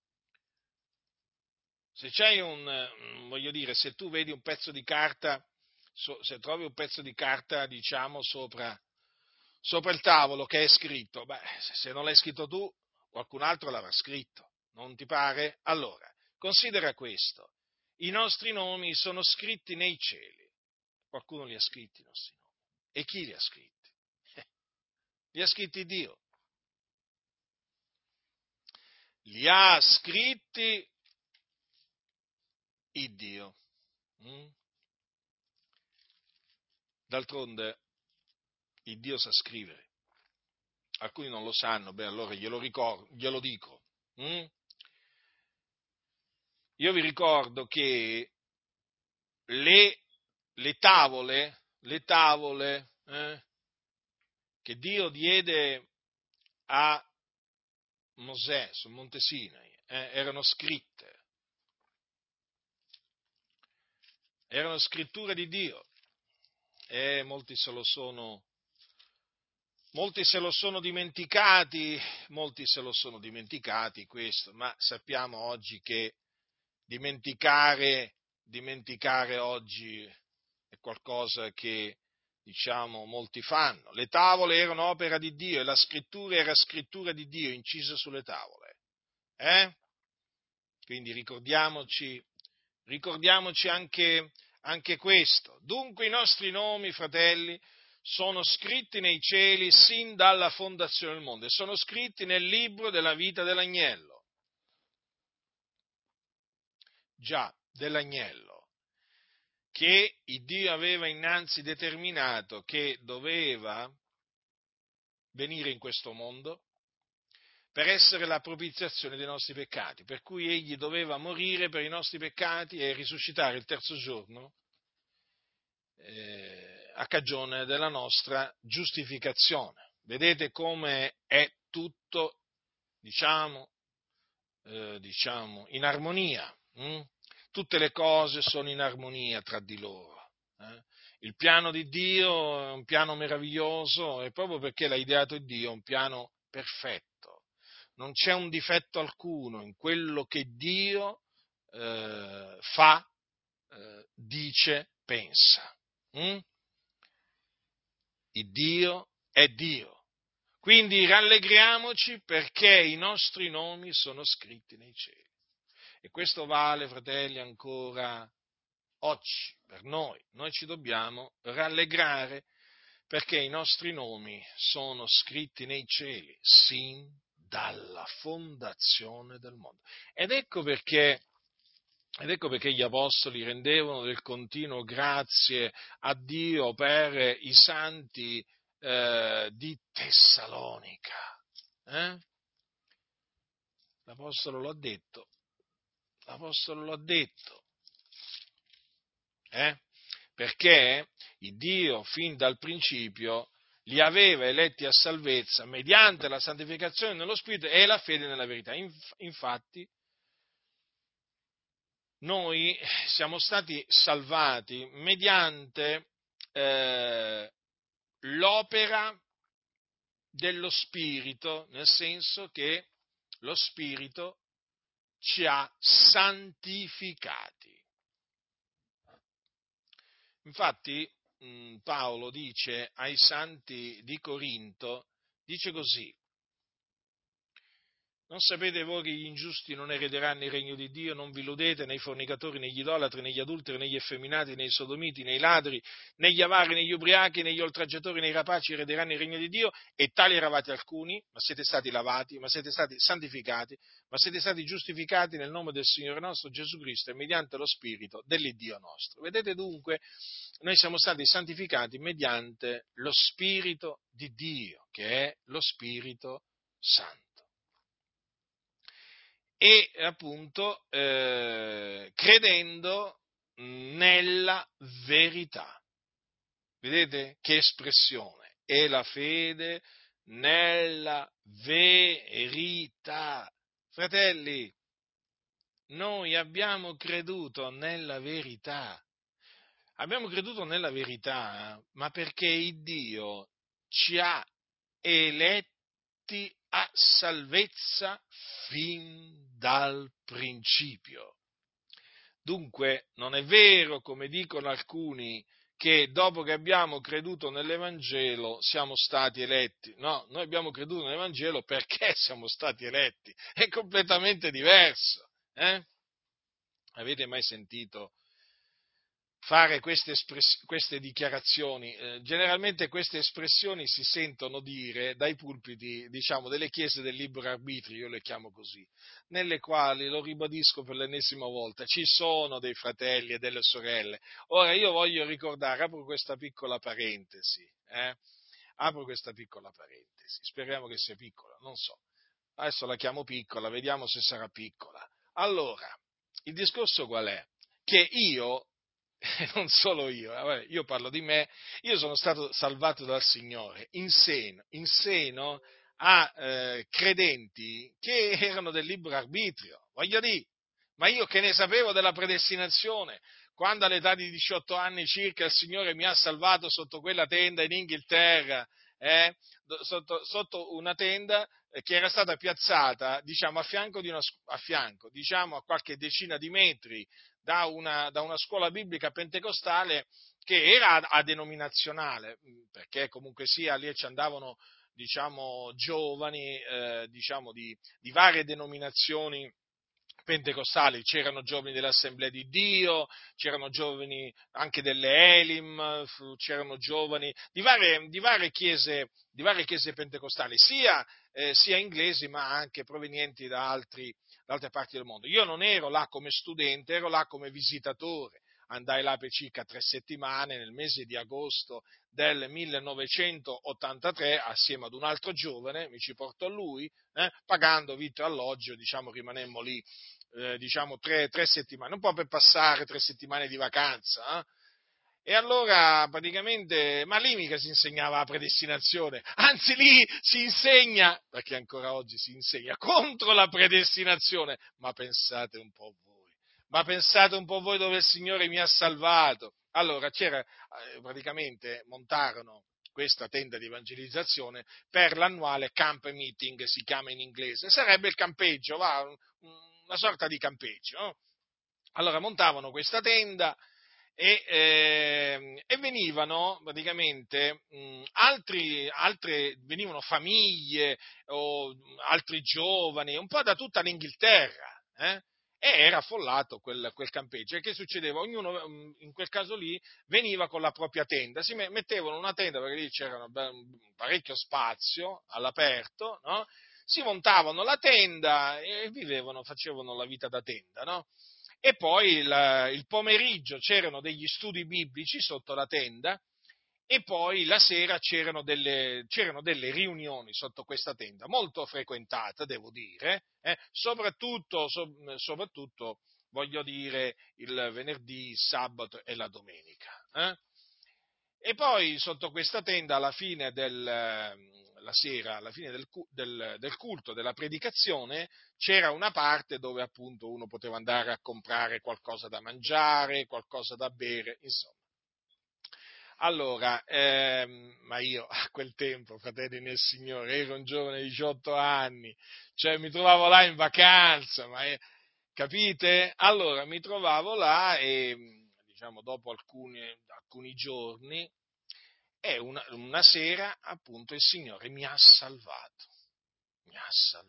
se c'hai un, voglio dire, se tu vedi un pezzo di carta, se trovi un pezzo di carta, diciamo, sopra, sopra il tavolo che è scritto, beh, se non l'hai scritto tu, qualcun altro l'avrà scritto. Non ti pare? Allora, considera questo. I nostri nomi sono scritti nei cieli. Qualcuno li ha scritti i nostri nomi. E chi li ha scritti? Eh, li ha scritti Dio. Li ha scritti il Dio. Mm? D'altronde, il Dio sa scrivere. Alcuni non lo sanno, beh, allora glielo, ricordo, glielo dico. Mm? Io vi ricordo che le, le tavole, le tavole eh, che Dio diede a Mosè sul Monte Sinai eh, erano scritte, erano scritture di Dio e molti se lo sono, molti se lo sono dimenticati, molti se lo sono dimenticati questo, ma sappiamo oggi che dimenticare, dimenticare oggi è qualcosa che, diciamo, molti fanno. Le tavole erano opera di Dio e la scrittura era scrittura di Dio incisa sulle tavole. Eh? Quindi ricordiamoci, ricordiamoci anche, anche questo. Dunque i nostri nomi, fratelli, sono scritti nei cieli sin dalla fondazione del mondo e sono scritti nel libro della vita dell'agnello. Già, dell'agnello, che il Dio aveva innanzi determinato che doveva venire in questo mondo per essere la propiziazione dei nostri peccati, per cui egli doveva morire per i nostri peccati e risuscitare il terzo giorno eh, a cagione della nostra giustificazione. Vedete come è tutto, diciamo, eh, diciamo in armonia. Hm? Tutte le cose sono in armonia tra di loro. Eh? Il piano di Dio è un piano meraviglioso e proprio perché l'ha ideato Dio è un piano perfetto. Non c'è un difetto alcuno in quello che Dio eh, fa, eh, dice, pensa. Mm? Il Dio è Dio. Quindi rallegriamoci perché i nostri nomi sono scritti nei cieli. E questo vale, fratelli, ancora oggi per noi. Noi ci dobbiamo rallegrare perché i nostri nomi sono scritti nei cieli sin dalla fondazione del mondo. Ed ecco perché, ed ecco perché gli apostoli rendevano del continuo grazie a Dio per i santi eh, di Tessalonica. Eh? L'apostolo lo ha detto, l'apostolo lo ha detto, eh? Perché il Dio fin dal principio li aveva eletti a salvezza mediante la santificazione nello Spirito e la fede nella verità. Infatti, noi siamo stati salvati mediante eh, l'opera dello Spirito, nel senso che lo Spirito ci ha santificati. Infatti mh, Paolo dice ai santi di Corinto, dice così, Non sapete voi che gli ingiusti non erederanno il regno di Dio? Non vi illudete, nei fornicatori, negli idolatri, negli adulteri, negli effeminati, nei sodomiti, nei ladri, negli avari, negli ubriachi, negli oltraggiatori, nei rapaci erederanno il regno di Dio, e tali eravate alcuni, ma siete stati lavati, ma siete stati santificati, ma siete stati giustificati nel nome del Signore nostro Gesù Cristo e mediante lo Spirito dell'Iddio nostro. Vedete dunque, noi siamo stati santificati mediante lo Spirito di Dio, che è lo Spirito Santo. E appunto eh, credendo nella verità. Vedete che espressione? È la fede nella verità. Fratelli, noi abbiamo creduto nella verità. Abbiamo creduto nella verità, ma perché il Dio ci ha eletti a salvezza fin dal principio. Dunque non è vero, come dicono alcuni, che dopo che abbiamo creduto nell'Evangelo siamo stati eletti. No, noi abbiamo creduto nell'Evangelo perché siamo stati eletti. È completamente diverso. Eh? Avete mai sentito fare queste, espress- queste dichiarazioni? Eh, generalmente queste espressioni si sentono dire dai pulpiti, diciamo, delle chiese del libero arbitrio, io le chiamo così, nelle quali, lo ribadisco per l'ennesima volta, ci sono dei fratelli e delle sorelle. Ora io voglio ricordare, apro questa piccola parentesi, eh? apro questa piccola parentesi, speriamo che sia piccola, non so, adesso la chiamo piccola, vediamo se sarà piccola. Allora, il discorso qual è? Che io, non solo io, eh, io parlo di me, io sono stato salvato dal Signore in seno, in seno a eh, credenti che erano del libero arbitrio, voglio dire, ma io che ne sapevo della predestinazione, quando all'età di diciotto anni circa il Signore mi ha salvato sotto quella tenda in Inghilterra, eh, sotto, sotto una tenda che era stata piazzata, diciamo, a fianco, di una, a fianco, diciamo, a qualche decina di metri da una, da una scuola biblica pentecostale che era a, a denominazionale, perché comunque sia lì ci andavano, diciamo, giovani, eh, diciamo, di, di varie denominazioni pentecostali, c'erano giovani dell'Assemblea di Dio, c'erano giovani anche delle Elim, c'erano giovani di varie, di varie, chiese, di varie chiese pentecostali, sia, eh, sia inglesi ma anche provenienti da, altri, da altre parti del mondo. Io non ero là come studente, ero là come visitatore. Andai là per circa tre settimane nel mese di agosto del millenovecentottantatré assieme ad un altro giovane, mi ci portò lui, eh, pagando vitto e alloggio, diciamo, rimanemmo lì eh, diciamo tre, tre settimane, un po' per passare tre settimane di vacanza. Eh? E allora praticamente, ma lì mica si insegnava la predestinazione, anzi lì si insegna, perché ancora oggi si insegna, contro la predestinazione, ma pensate un po' voi, ma pensate un po' voi dove il Signore mi ha salvato. Allora c'era, eh, praticamente montarono questa tenda di evangelizzazione per l'annuale camp meeting, si chiama in inglese, sarebbe il campeggio, va, una sorta di campeggio. No? Allora montavano questa tenda e, eh, e venivano praticamente mh, altri, altre, venivano famiglie o altri giovani, un po' da tutta l'Inghilterra, eh? E era affollato quel, quel campeggio. E che succedeva? Ognuno in quel caso lì veniva con la propria tenda, si mettevano una tenda perché lì c'era parecchio spazio all'aperto, no? Si montavano la tenda e vivevano, facevano la vita da tenda, no? E poi il, il pomeriggio c'erano degli studi biblici sotto la tenda e poi la sera c'erano delle, c'erano delle riunioni sotto questa tenda, molto frequentate, devo dire, eh, soprattutto, so, soprattutto, voglio dire, il venerdì, il sabato e la domenica. Eh? E poi sotto questa tenda, alla fine del, la sera, alla fine del, del, del culto, della predicazione, c'era una parte dove appunto uno poteva andare a comprare qualcosa da mangiare, qualcosa da bere, insomma. Allora, ehm, ma io a quel tempo, fratelli nel Signore, ero un giovane di diciotto anni, cioè mi trovavo là in vacanza, ma è, capite? Allora mi trovavo là e, diciamo, dopo alcuni, alcuni giorni, e una, una sera, appunto, il Signore mi ha salvato, mi ha salvato.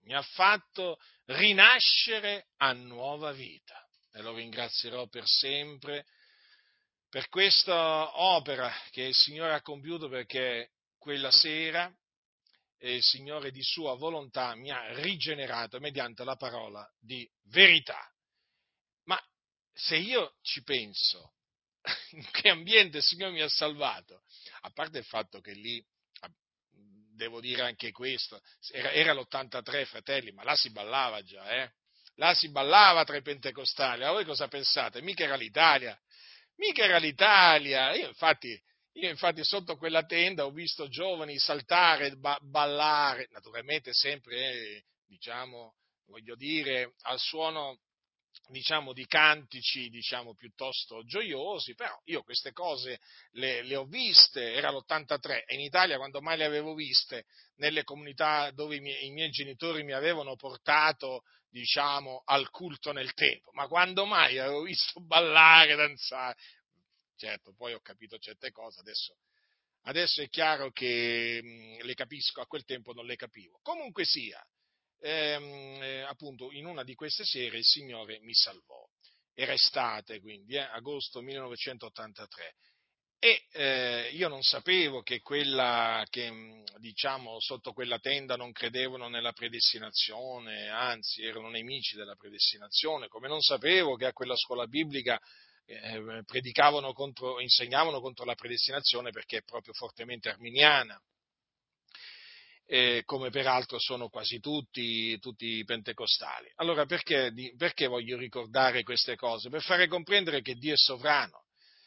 mi ha fatto rinascere a nuova vita e lo ringrazierò per sempre per questa opera che il Signore ha compiuto, perché quella sera e il Signore di sua volontà mi ha rigenerato mediante la parola di verità. Ma se io ci penso, in che ambiente il Signore mi ha salvato, a parte il fatto che lì, devo dire anche questo, era, era l'ottantatré, fratelli, ma là si ballava già, eh? Là si ballava tra i pentecostali, a voi cosa pensate? Mica era l'Italia, mica era l'Italia, io infatti... Io infatti sotto quella tenda ho visto giovani saltare, ba- ballare, naturalmente sempre, eh, diciamo, voglio dire, al suono, diciamo, di cantici, diciamo, piuttosto gioiosi, però io queste cose le, le ho viste, era l'ottantatré, e in Italia quando mai le avevo viste? Nelle comunità dove i miei, i miei genitori mi avevano portato, diciamo, al culto nel tempo, ma quando mai avevo visto ballare, danzare? Certo, poi ho capito certe cose, adesso, adesso è chiaro che mh, le capisco, a quel tempo non le capivo. Comunque sia, ehm, eh, appunto, in una di queste sere il Signore mi salvò. Era estate, quindi, eh, agosto millenovecentottantatré. E eh, io non sapevo che quella, che mh, diciamo, sotto quella tenda non credevano nella predestinazione, anzi erano nemici della predestinazione, come non sapevo che a quella scuola biblica eh, predicavano contro, insegnavano contro la predestinazione, perché è proprio fortemente arminiana, eh, come peraltro sono quasi tutti, tutti i pentecostali. Allora perché, perché voglio ricordare queste cose? Per fare comprendere che Dio è sovrano,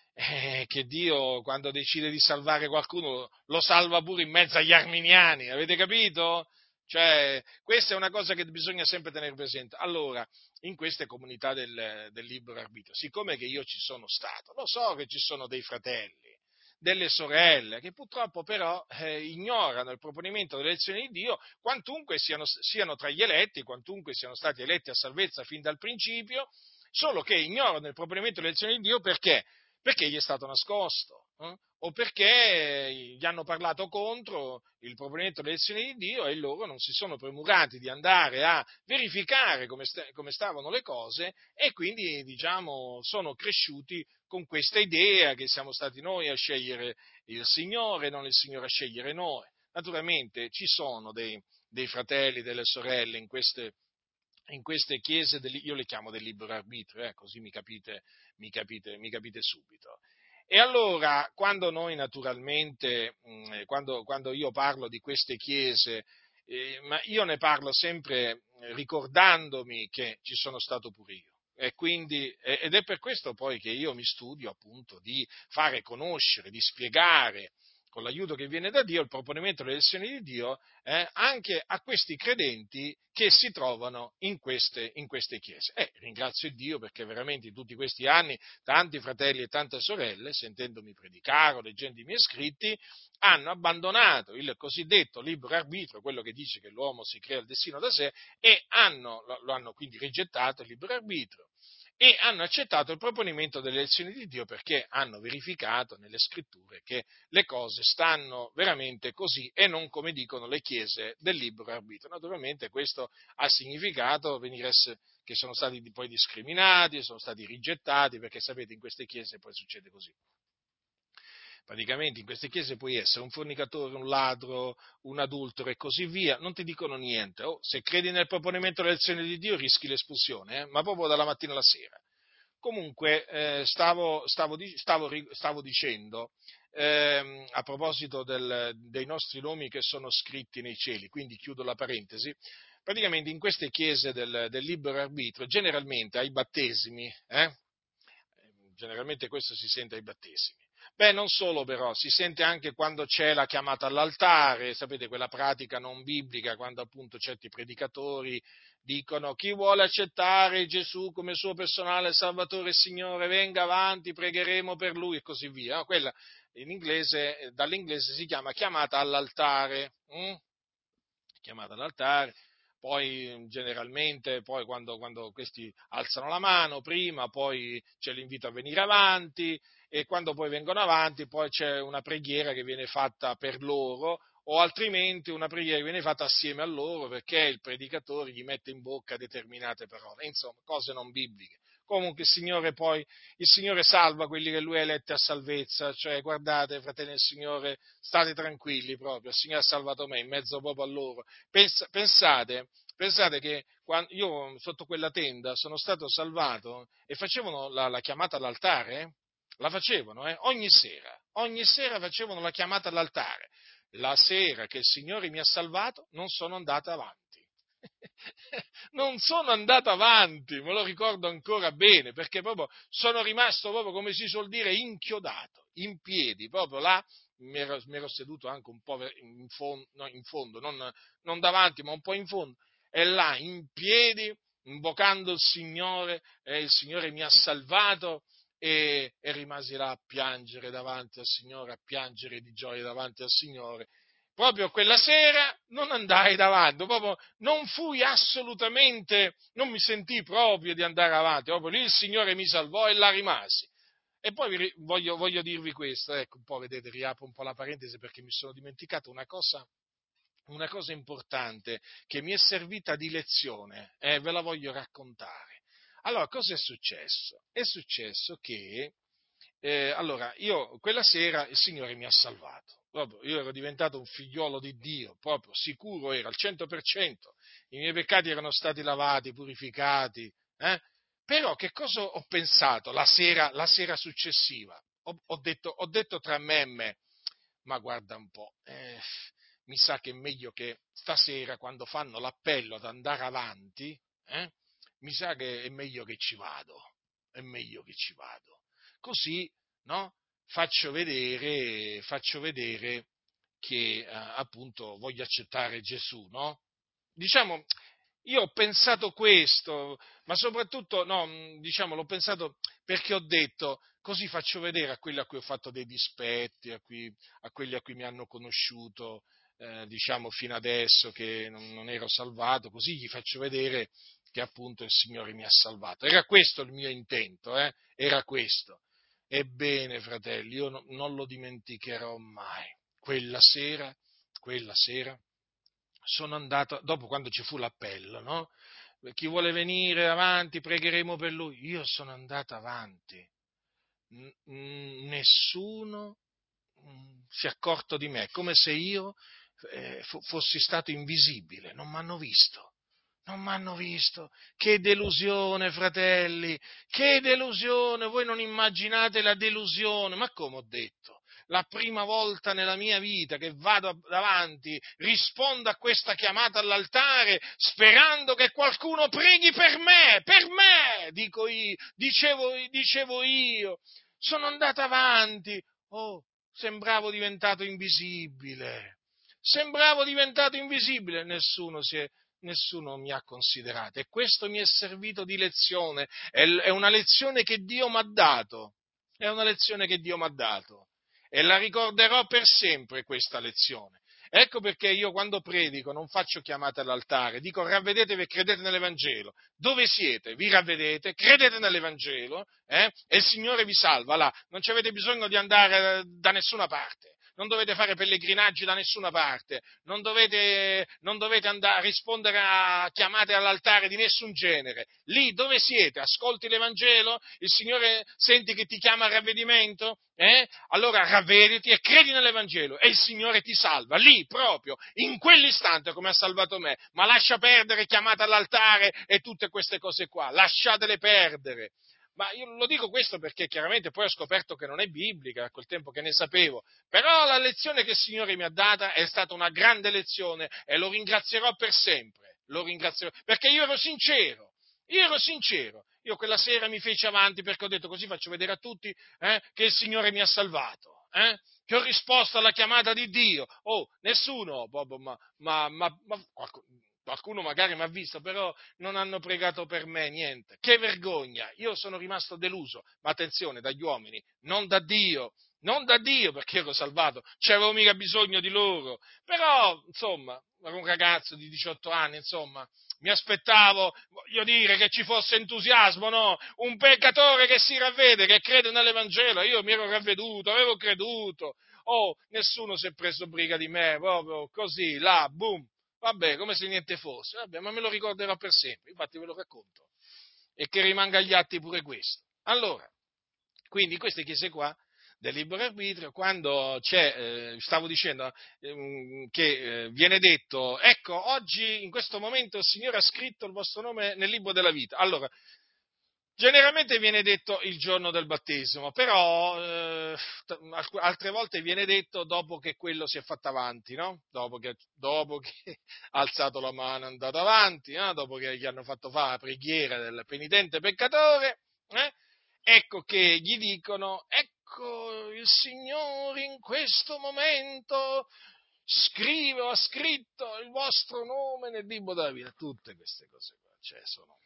eh, che Dio quando decide di salvare qualcuno lo salva pure in mezzo agli arminiani, avete capito? Cioè, questa è una cosa che bisogna sempre tenere presente. Allora, in queste comunità del, del libero arbitrio, siccome che io ci sono stato, lo so che ci sono dei fratelli, delle sorelle, che purtroppo però eh, ignorano il proponimento dell'elezione di Dio, quantunque siano, siano tra gli eletti, quantunque siano stati eletti a salvezza fin dal principio, solo che ignorano il proponimento dell'elezione di Dio perché? Perché gli è stato nascosto, eh? O perché gli hanno parlato contro il proponimento dell'elezione di Dio e loro non si sono premurati di andare a verificare come, st- come stavano le cose, e quindi, diciamo, sono cresciuti con questa idea che siamo stati noi a scegliere il Signore, non il Signore a scegliere noi. Naturalmente ci sono dei, dei fratelli, delle sorelle in queste in queste chiese, del, io le chiamo del libero arbitrio, eh, così mi capite, mi, capite, mi capite subito. E allora, quando noi naturalmente, mh, quando, quando io parlo di queste chiese, eh, ma io ne parlo sempre ricordandomi che ci sono stato pure io. E quindi, ed è per questo poi che io mi studio appunto di fare conoscere, di spiegare con l'aiuto che viene da Dio, il proponimento delle elezioni di Dio, eh, anche a questi credenti che si trovano in queste, in queste chiese. E ringrazio Dio perché veramente in tutti questi anni tanti fratelli e tante sorelle, sentendomi predicare o leggendo i miei scritti, hanno abbandonato il cosiddetto libero arbitrio, quello che dice che l'uomo si crea il destino da sé, e hanno, lo hanno quindi rigettato il libero arbitrio e hanno accettato il proponimento delle elezioni di Dio, perché hanno verificato nelle scritture che le cose stanno veramente così e non come dicono le chiese del libero arbitrio. Naturalmente questo ha significato venire che sono stati poi discriminati, sono stati rigettati, perché sapete in queste chiese poi succede così. Praticamente in queste chiese puoi essere un fornicatore, un ladro, un adultero e così via, non ti dicono niente. Oh, se credi nel proponimento dell'elezione di Dio rischi l'espulsione, eh? Ma proprio dalla mattina alla sera. Comunque, eh, stavo, stavo, stavo, stavo dicendo, ehm, a proposito del, dei nostri nomi che sono scritti nei cieli, quindi chiudo la parentesi, praticamente in queste chiese del, del libero arbitrio, generalmente ai battesimi, eh, generalmente questo si sente ai battesimi. Beh, non solo però, si sente anche quando c'è la chiamata all'altare, sapete quella pratica non biblica, quando appunto certi predicatori dicono chi vuole accettare Gesù come suo personale Salvatore e Signore venga avanti, pregheremo per lui e così via. No? Quella in inglese, dall'inglese si chiama chiamata all'altare. Hm? Chiamata all'altare. Poi generalmente, poi quando, quando questi alzano la mano prima, poi c'è l'invito a venire avanti, e quando poi vengono avanti poi c'è una preghiera che viene fatta per loro, o altrimenti una preghiera viene fatta assieme a loro perché il predicatore gli mette in bocca determinate parole, insomma, cose non bibliche. Comunque il Signore poi, il Signore salva quelli che Lui ha eletti a salvezza, cioè guardate, fratelli del Signore, state tranquilli proprio, il Signore ha salvato me in mezzo proprio a loro. Pens- pensate, pensate che quando io sotto quella tenda sono stato salvato e facevano la, la chiamata all'altare, eh? La facevano, eh? Ogni sera, ogni sera facevano la chiamata all'altare. La sera che il Signore mi ha salvato non sono andato avanti. Non sono andato avanti, me lo ricordo ancora bene, perché proprio sono rimasto proprio, come si suol dire, inchiodato, in piedi, proprio là, mi ero, mi ero seduto anche un po' in fondo, no, in fondo non, non davanti, ma un po' in fondo, e là, in piedi, invocando il Signore, e il Signore mi ha salvato, e, e rimasi là a piangere davanti al Signore, a piangere di gioia davanti al Signore. Proprio quella sera non andai davanti, proprio non fui assolutamente, non mi sentii proprio di andare avanti, proprio lì il Signore mi salvò e là rimasi. E poi vi, voglio, voglio dirvi questo, ecco un po', vedete, riapro un po' la parentesi perché mi sono dimenticato una cosa, una cosa importante che mi è servita di lezione e eh, ve la voglio raccontare. Allora, cosa è successo? È successo che, eh, allora, io quella sera il Signore mi ha salvato, proprio, io ero diventato un figliolo di Dio, proprio, sicuro ero, al cento per cento, i miei peccati erano stati lavati, purificati, eh? Però che cosa ho pensato la sera, la sera successiva? Ho, ho, detto, ho detto tra me e me, ma guarda un po', eh, mi sa che è meglio che stasera, quando fanno l'appello ad andare avanti, eh, mi sa che è meglio che ci vado, è meglio che ci vado. Così, no? Faccio vedere, faccio vedere che eh, appunto voglio accettare Gesù, no? Diciamo, io ho pensato questo, ma soprattutto, no, diciamo, l'ho pensato perché ho detto, così faccio vedere a quelli a cui ho fatto dei dispetti, a, cui, a quelli a cui mi hanno conosciuto, eh, diciamo, fino adesso che non, non ero salvato, così gli faccio vedere che appunto il Signore mi ha salvato. Era questo il mio intento, eh? Era questo. Ebbene, fratelli, io no, non lo dimenticherò mai. Quella sera, quella sera, sono andato, dopo quando ci fu l'appello, no? Chi vuole venire avanti, pregheremo per lui. Io sono andato avanti. N- nessuno mm, si è accorto di me, come se io eh, fo- fossi stato invisibile, non mi hanno visto. Non mi hanno visto. Che delusione, fratelli, che delusione. Voi non immaginate la delusione. Ma come ho detto? La prima volta nella mia vita che vado davanti, rispondo a questa chiamata all'altare sperando che qualcuno preghi per me, per me, dico io, dicevo, dicevo io. Sono andato avanti. Oh, sembravo diventato invisibile. Sembravo diventato invisibile. Nessuno si è Nessuno mi ha considerato e questo mi è servito di lezione, è una lezione che Dio mi ha dato, è una lezione che Dio mi ha dato e la ricorderò per sempre questa lezione. Ecco perché io quando predico non faccio chiamate all'altare, dico ravvedetevi e credete nell'Evangelo. Dove siete? Vi ravvedete, credete nell'Evangelo eh? E il Signore vi salva là, non ci avete bisogno di andare da nessuna parte. Non dovete fare pellegrinaggi da nessuna parte, non dovete, non dovete andare a rispondere a chiamate all'altare di nessun genere. Lì dove siete, ascolti l'Evangelo, il Signore senti che ti chiama al ravvedimento, eh? Allora ravvediti e credi nell'Evangelo e il Signore ti salva, lì proprio, in quell'istante come ha salvato me. Ma lascia perdere chiamate all'altare e tutte queste cose qua, lasciatele perdere. Ma io lo dico questo perché chiaramente poi ho scoperto che non è biblica, a quel tempo che ne sapevo, però la lezione che il Signore mi ha data è stata una grande lezione e lo ringrazierò per sempre, lo ringrazierò, perché io ero sincero, io ero sincero, io quella sera mi feci avanti perché ho detto così faccio vedere a tutti eh, che il Signore mi ha salvato, eh, che ho risposto alla chiamata di Dio. Oh, nessuno, Bobo, ma, ma, ma, ma qualcuno magari mi ha visto, però non hanno pregato per me, niente. Che vergogna! Io sono rimasto deluso, ma attenzione, dagli uomini, non da Dio, non da Dio perché ero salvato, c'avevo mica bisogno di loro. Però, insomma, ero un ragazzo di diciotto anni, insomma, mi aspettavo, voglio dire, che ci fosse entusiasmo, no? Un peccatore che si ravvede, che crede nell'Evangelo, io mi ero ravveduto, avevo creduto, oh, nessuno si è preso briga di me, proprio così, là, boom, vabbè, come se niente fosse, vabbè, ma me lo ricorderò per sempre, infatti ve lo racconto, e che rimanga agli atti pure questo. Allora, quindi in queste chiese qua, del libero arbitrio, quando c'è, eh, stavo dicendo, ehm, che eh, viene detto, ecco, oggi, in questo momento, il Signore ha scritto il vostro nome nel libro della vita. Allora, generalmente viene detto il giorno del battesimo, però eh, altre volte viene detto dopo che quello si è fatto avanti, no? Dopo che, dopo che ha alzato la mano e è andato avanti, no? Dopo che gli hanno fatto fare la preghiera del penitente peccatore, eh? Ecco che gli dicono, ecco il Signore in questo momento scrive o ha scritto il vostro nome nel libro della vita. Tutte queste cose qua, cioè sono...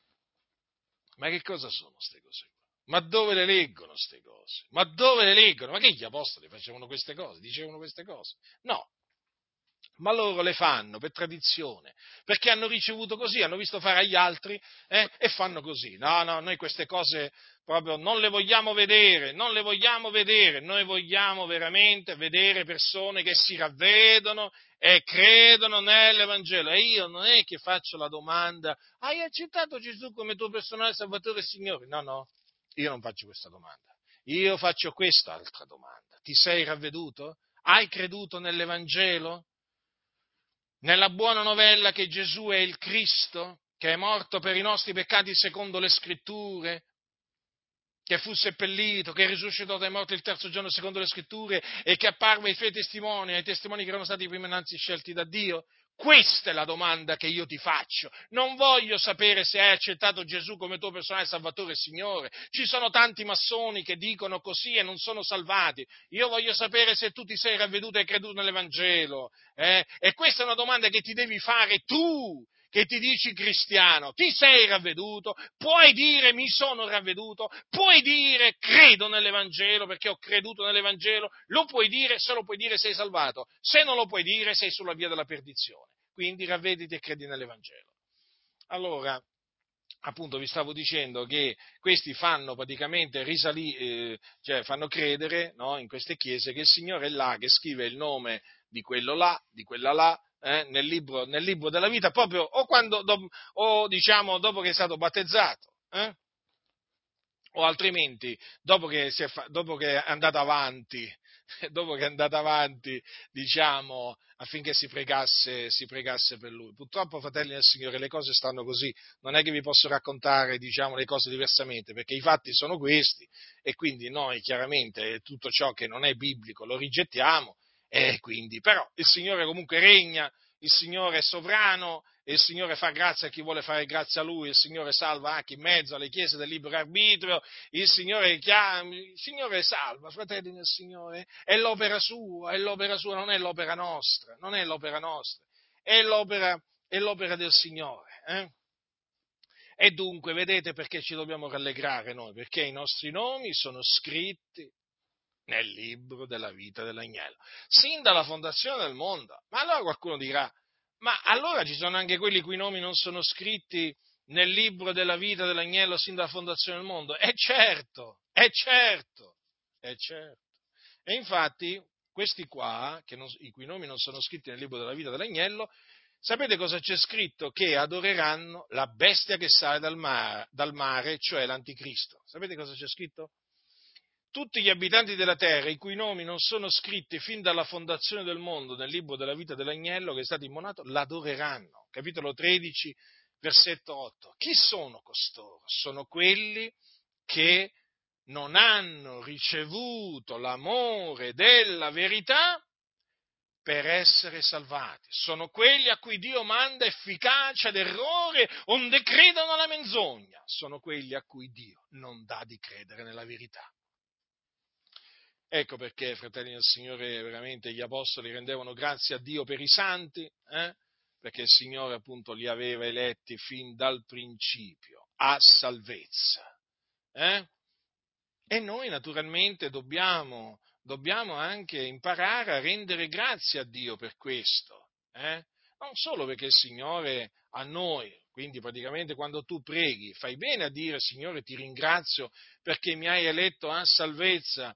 Ma che cosa sono queste cose qua? Ma dove le leggono queste cose? Ma dove le leggono? Ma che gli apostoli facevano queste cose? Dicevano queste cose? No. Ma loro le fanno per tradizione, perché hanno ricevuto così, hanno visto fare agli altri eh, e fanno così. No, no, noi queste cose proprio non le vogliamo vedere, non le vogliamo vedere, noi vogliamo veramente vedere persone che si ravvedono e credono nell'Evangelo. E io non è che faccio la domanda, hai accettato Gesù come tuo personale Salvatore e Signore? No, no, io non faccio questa domanda. Io faccio quest'altra domanda. Ti sei ravveduto? Hai creduto nell'Evangelo? Nella buona novella che Gesù è il Cristo, che è morto per i nostri peccati secondo le Scritture, che fu seppellito, che risuscitò dai morti il terzo giorno secondo le Scritture e che apparve ai suoi testimoni, ai testimoni che erano stati prima innanzi scelti da Dio? Questa è la domanda che io ti faccio. Non voglio sapere se hai accettato Gesù come tuo personale Salvatore e Signore. Ci sono tanti massoni che dicono così e non sono salvati. Io voglio sapere se tu ti sei ravveduto e creduto nell'Evangelo. Eh? E questa è una domanda che ti devi fare tu, che ti dici cristiano. Ti sei ravveduto? Puoi dire mi sono ravveduto? Puoi dire credo nell'Evangelo perché ho creduto nell'Evangelo? Lo puoi dire, se lo puoi dire sei salvato. Se non lo puoi dire sei sulla via della perdizione. Quindi ravvediti e credi nell'Evangelo. Allora, appunto vi stavo dicendo che questi fanno praticamente risalire, eh, cioè fanno credere, no, in queste chiese che il Signore è là, che scrive il nome di quello là, di quella là, eh, nel, libro, nel libro della vita, proprio o, quando, do, o diciamo dopo che è stato battezzato, eh? O altrimenti dopo che, si è fa, dopo che è andato avanti, dopo che è andato avanti, diciamo, affinché si pregasse, si pregasse per lui. Purtroppo, fratelli del Signore, le cose stanno così, non è che vi posso raccontare, diciamo, le cose diversamente, perché i fatti sono questi, e quindi noi chiaramente tutto ciò che non è biblico lo rigettiamo, e quindi, però il Signore comunque regna, il Signore è sovrano, e il Signore fa grazia a chi vuole fare grazia a Lui, il Signore salva anche in mezzo alle chiese del libero arbitrio, il Signore chiama, il Signore salva, fratelli del Signore, è l'opera sua, è l'opera sua, non è l'opera nostra, non è l'opera nostra, è l'opera, è l'opera del Signore. Eh? E dunque, vedete perché ci dobbiamo rallegrare noi? Perché i nostri nomi sono scritti nel libro della vita dell'agnello, sin dalla fondazione del mondo. Ma allora qualcuno dirà, ma allora ci sono anche quelli i cui nomi non sono scritti nel libro della vita dell'agnello sin dalla fondazione del mondo? È certo, è certo, è certo. E infatti questi qua, che non, i cui nomi non sono scritti nel libro della vita dell'agnello, sapete cosa c'è scritto? Che adoreranno la bestia che sale dal mare, dal mare, cioè l'anticristo. Sapete cosa c'è scritto? Tutti gli abitanti della terra, i cui nomi non sono scritti fin dalla fondazione del mondo nel libro della vita dell'agnello che è stato immonato, l'adoreranno. Capitolo tredici, versetto otto. Chi sono costoro? Sono quelli che non hanno ricevuto l'amore della verità per essere salvati. Sono quelli a cui Dio manda efficacia d'errore onde credono alla menzogna. Sono quelli a cui Dio non dà di credere nella verità. Ecco perché, fratelli del Signore, veramente gli apostoli rendevano grazie a Dio per i santi, eh? Perché il Signore appunto li aveva eletti fin dal principio a salvezza. Eh? E noi naturalmente dobbiamo, dobbiamo anche imparare a rendere grazie a Dio per questo. Eh? Non solo perché il Signore a noi, quindi praticamente quando tu preghi, fai bene a dire Signore ti ringrazio perché mi hai eletto a salvezza,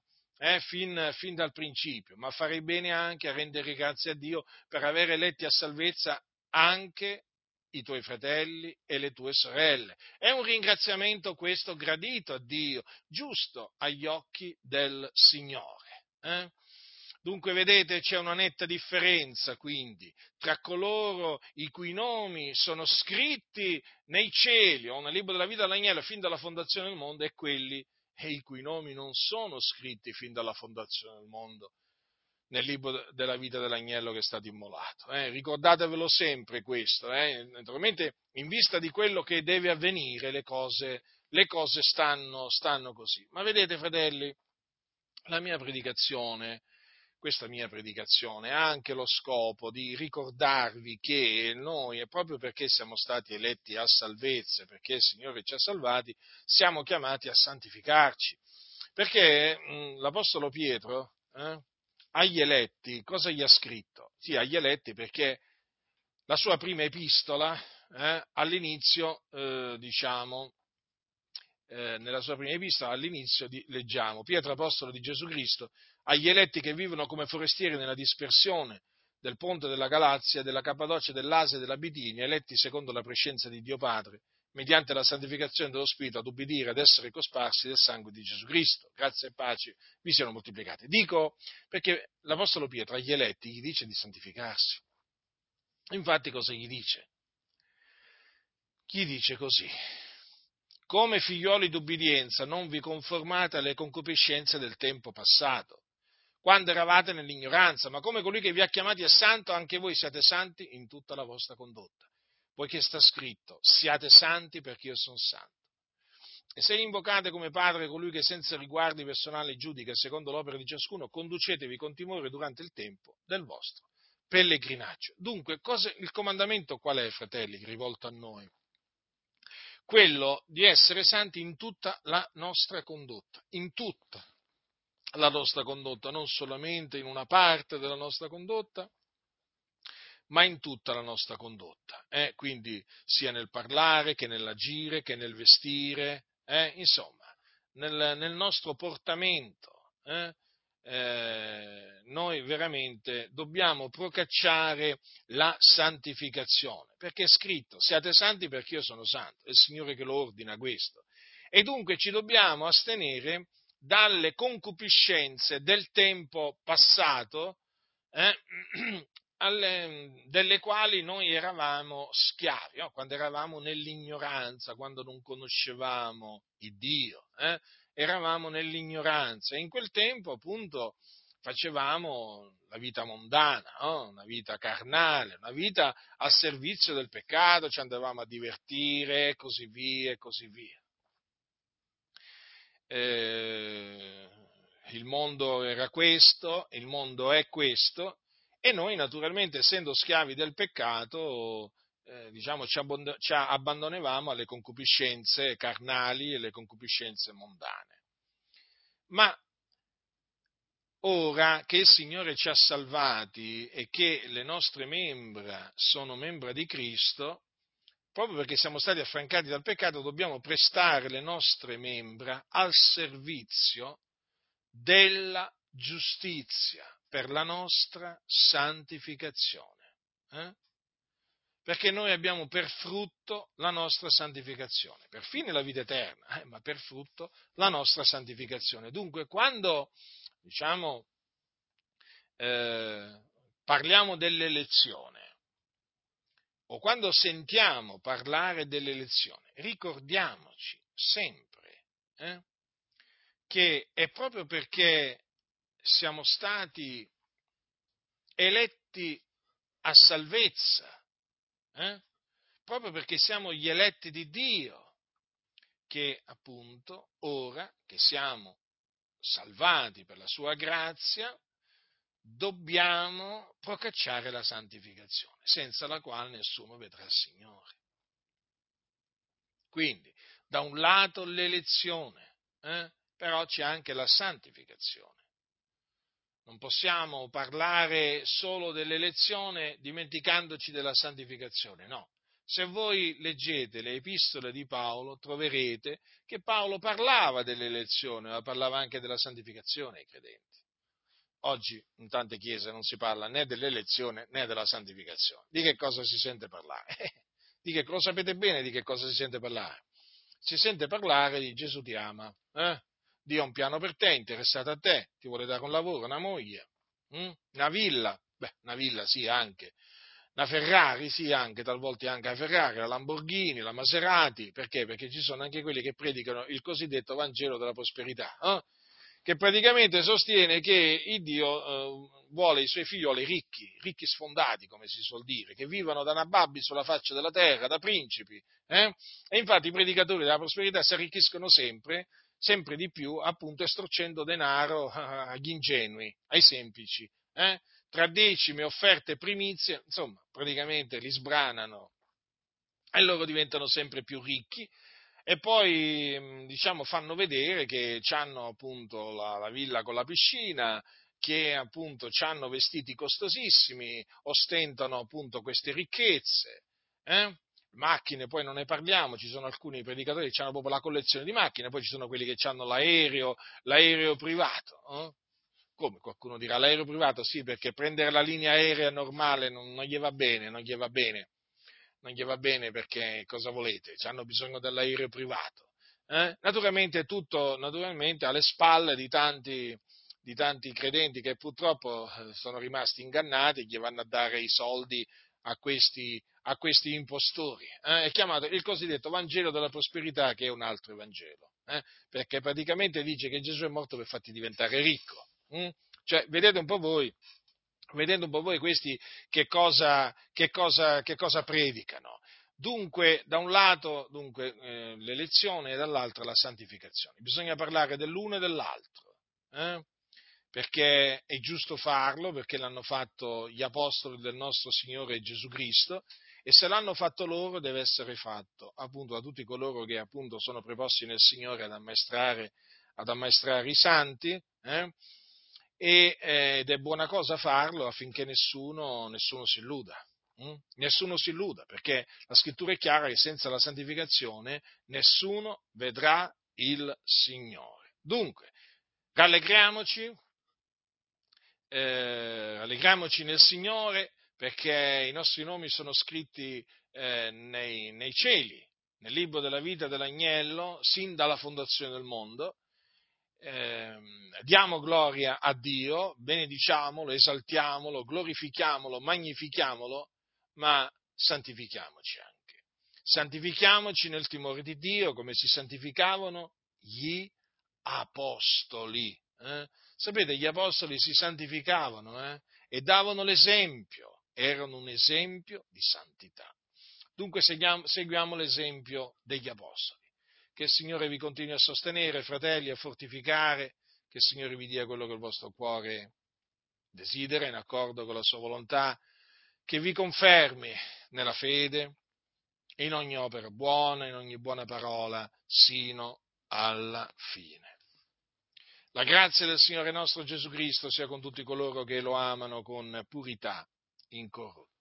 eh, fin, fin dal principio, ma farei bene anche a rendere grazie a Dio per aver eletti a salvezza anche i tuoi fratelli e le tue sorelle. È un ringraziamento questo gradito a Dio, giusto agli occhi del Signore. Eh? Dunque, vedete, c'è una netta differenza, quindi, tra coloro i cui nomi sono scritti nei cieli o nel libro della vita dell'agnello fin dalla fondazione del mondo e quelli e i cui nomi non sono scritti fin dalla fondazione del mondo nel libro della vita dell'agnello che è stato immolato. Eh? Ricordatevelo sempre questo, eh? Naturalmente in vista di quello che deve avvenire le cose, le cose stanno, stanno così. Ma vedete, fratelli, la mia predicazione, questa mia predicazione ha anche lo scopo di ricordarvi che noi, e proprio perché siamo stati eletti a salvezza, perché il Signore ci ha salvati, siamo chiamati a santificarci. Perché mh, l'Apostolo Pietro eh, agli eletti cosa gli ha scritto? Sì, agli eletti perché la sua prima epistola eh, all'inizio, eh, diciamo, Eh, nella sua prima epistola, all'inizio di, leggiamo: Pietro, apostolo di Gesù Cristo, agli eletti che vivono come forestieri nella dispersione del ponte della Galazia, della Cappadocia, dell'Asia e della Bitinia, eletti secondo la prescenza di Dio Padre, mediante la santificazione dello Spirito, ad ubbidire ad essere cosparsi del sangue di Gesù Cristo. Grazie e pace vi siano moltiplicate. Dico perché l'apostolo Pietro agli eletti gli dice di santificarsi. Infatti cosa gli dice? Gli dice così: come figlioli d'ubbidienza non vi conformate alle concupiscenze del tempo passato, quando eravate nell'ignoranza, ma come colui che vi ha chiamati è santo, anche voi siate santi in tutta la vostra condotta, poiché sta scritto: siate santi perché io sono santo. E se invocate come Padre colui che senza riguardi personali giudica secondo l'opera di ciascuno, conducetevi con timore durante il tempo del vostro pellegrinaggio. Dunque, cosa, il comandamento qual è, fratelli, rivolto a noi? Quello di essere santi in tutta la nostra condotta, in tutta la nostra condotta, non solamente in una parte della nostra condotta, ma in tutta la nostra condotta, eh? Quindi sia nel parlare, che nell'agire, che nel vestire, eh? Insomma, nel, nel nostro portamento, eh? Eh, noi veramente dobbiamo procacciare la santificazione, perché è scritto: siate santi perché io sono santo, è il Signore che lo ordina questo, e dunque ci dobbiamo astenere dalle concupiscenze del tempo passato, eh, alle, delle quali noi eravamo schiavi, no? Quando eravamo nell'ignoranza, quando non conoscevamo il Dio, eh? Eravamo nell'ignoranza, e in quel tempo appunto facevamo la vita mondana, no? Una vita carnale, una vita a servizio del peccato, ci andavamo a divertire e così via e così via. Eh, il mondo era questo, il mondo è questo, e noi naturalmente, essendo schiavi del peccato, eh, diciamo, ci, abbond- ci abbandonavamo alle concupiscenze carnali e alle concupiscenze mondane. Ma ora che il Signore ci ha salvati e che le nostre membra sono membra di Cristo, proprio perché siamo stati affrancati dal peccato, dobbiamo prestare le nostre membra al servizio della giustizia per la nostra santificazione. Eh? Perché noi abbiamo per frutto la nostra santificazione, per fine la vita eterna, eh, ma per frutto la nostra santificazione. Dunque, quando, diciamo, eh, parliamo dell'elezione, o quando sentiamo parlare dell'elezione, ricordiamoci sempre eh, che è proprio perché siamo stati eletti a salvezza, eh, proprio perché siamo gli eletti di Dio, che appunto ora che siamo salvati per la sua grazia, dobbiamo procacciare la santificazione, senza la quale nessuno vedrà il Signore. Quindi, da un lato l'elezione, eh, però c'è anche la santificazione. Non possiamo parlare solo dell'elezione dimenticandoci della santificazione, no, Se voi leggete le epistole di Paolo, troverete che Paolo parlava dell'elezione, ma parlava anche della santificazione ai credenti. Oggi in tante chiese non si parla né dell'elezione né della santificazione. Di che cosa si sente parlare? Di che, lo sapete bene di che cosa si sente parlare? Si sente parlare di Gesù ti ama, eh? Dio ha un piano per te, è interessato a te, ti vuole dare un lavoro, una moglie, hm? Una villa, beh, una villa sì anche, una Ferrari sì anche, talvolta anche la Ferrari, la Lamborghini, la Maserati, perché? Perché ci sono anche quelli che predicano il cosiddetto Vangelo della prosperità, eh? Che praticamente sostiene che il Dio eh, vuole i suoi figlioli ricchi, ricchi sfondati, come si suol dire, che vivono da nababbi sulla faccia della terra, da principi. Eh? E infatti i predicatori della prosperità si arricchiscono sempre, sempre di più, appunto estorcendo denaro agli ingenui, ai semplici. Eh? Tra decime, offerte e primizie, insomma, praticamente li sbranano e loro diventano sempre più ricchi e poi diciamo fanno vedere che hanno appunto la, la villa con la piscina, che appunto hanno vestiti costosissimi, ostentano appunto queste ricchezze, eh? Macchine, poi non ne parliamo, ci sono alcuni predicatori che hanno proprio la collezione di macchine, poi ci sono quelli che hanno l'aereo, l'aereo privato. Eh? Come? Qualcuno dirà l'aereo privato? Sì, perché prendere la linea aerea normale non, non gli va bene, non gli va bene non gli va bene perché cosa volete? Hanno bisogno dell'aereo privato. Eh? Naturalmente tutto naturalmente alle spalle di tanti, di tanti credenti che purtroppo sono rimasti ingannati e gli vanno a dare i soldi a questi, a questi impostori. Eh? È chiamato il cosiddetto Vangelo della prosperità, che è un altro Vangelo, eh? Perché praticamente dice che Gesù è morto per farti diventare ricco. Hm? Cioè, vedete un po' voi, vedendo un po' voi questi che cosa, che cosa, che cosa predicano. Dunque, da un lato dunque, eh, l'elezione e dall'altro la santificazione. Bisogna parlare dell'uno e dell'altro, eh? Perché è giusto farlo, perché l'hanno fatto gli apostoli del nostro Signore Gesù Cristo, e se l'hanno fatto loro deve essere fatto appunto da tutti coloro che appunto sono preposti nel Signore ad ammaestrare, ad ammaestrare i santi, eh? E, eh, ed è buona cosa farlo affinché nessuno, nessuno si illuda. hm? Nessuno si illuda, perché la scrittura è chiara che senza la santificazione nessuno vedrà il Signore. Dunque, rallegriamoci, eh, rallegriamoci nel Signore, perché i nostri nomi sono scritti eh, nei, nei cieli, nel libro della vita dell'agnello, sin dalla fondazione del mondo. Eh, diamo gloria a Dio, benediciamolo, esaltiamolo, glorifichiamolo, magnifichiamolo, ma santifichiamoci anche. Santifichiamoci nel timore di Dio, come si santificavano gli apostoli. Eh? Sapete, gli apostoli si santificavano eh? e davano l'esempio, erano un esempio di santità. Dunque seguiamo, seguiamo l'esempio degli apostoli. Che il Signore vi continui a sostenere, fratelli, a fortificare, che il Signore vi dia quello che il vostro cuore desidera, in accordo con la sua volontà, che vi confermi nella fede, in ogni opera buona, in ogni buona parola, sino alla fine. La grazia del Signore nostro Gesù Cristo sia con tutti coloro che lo amano con purità incorrotta.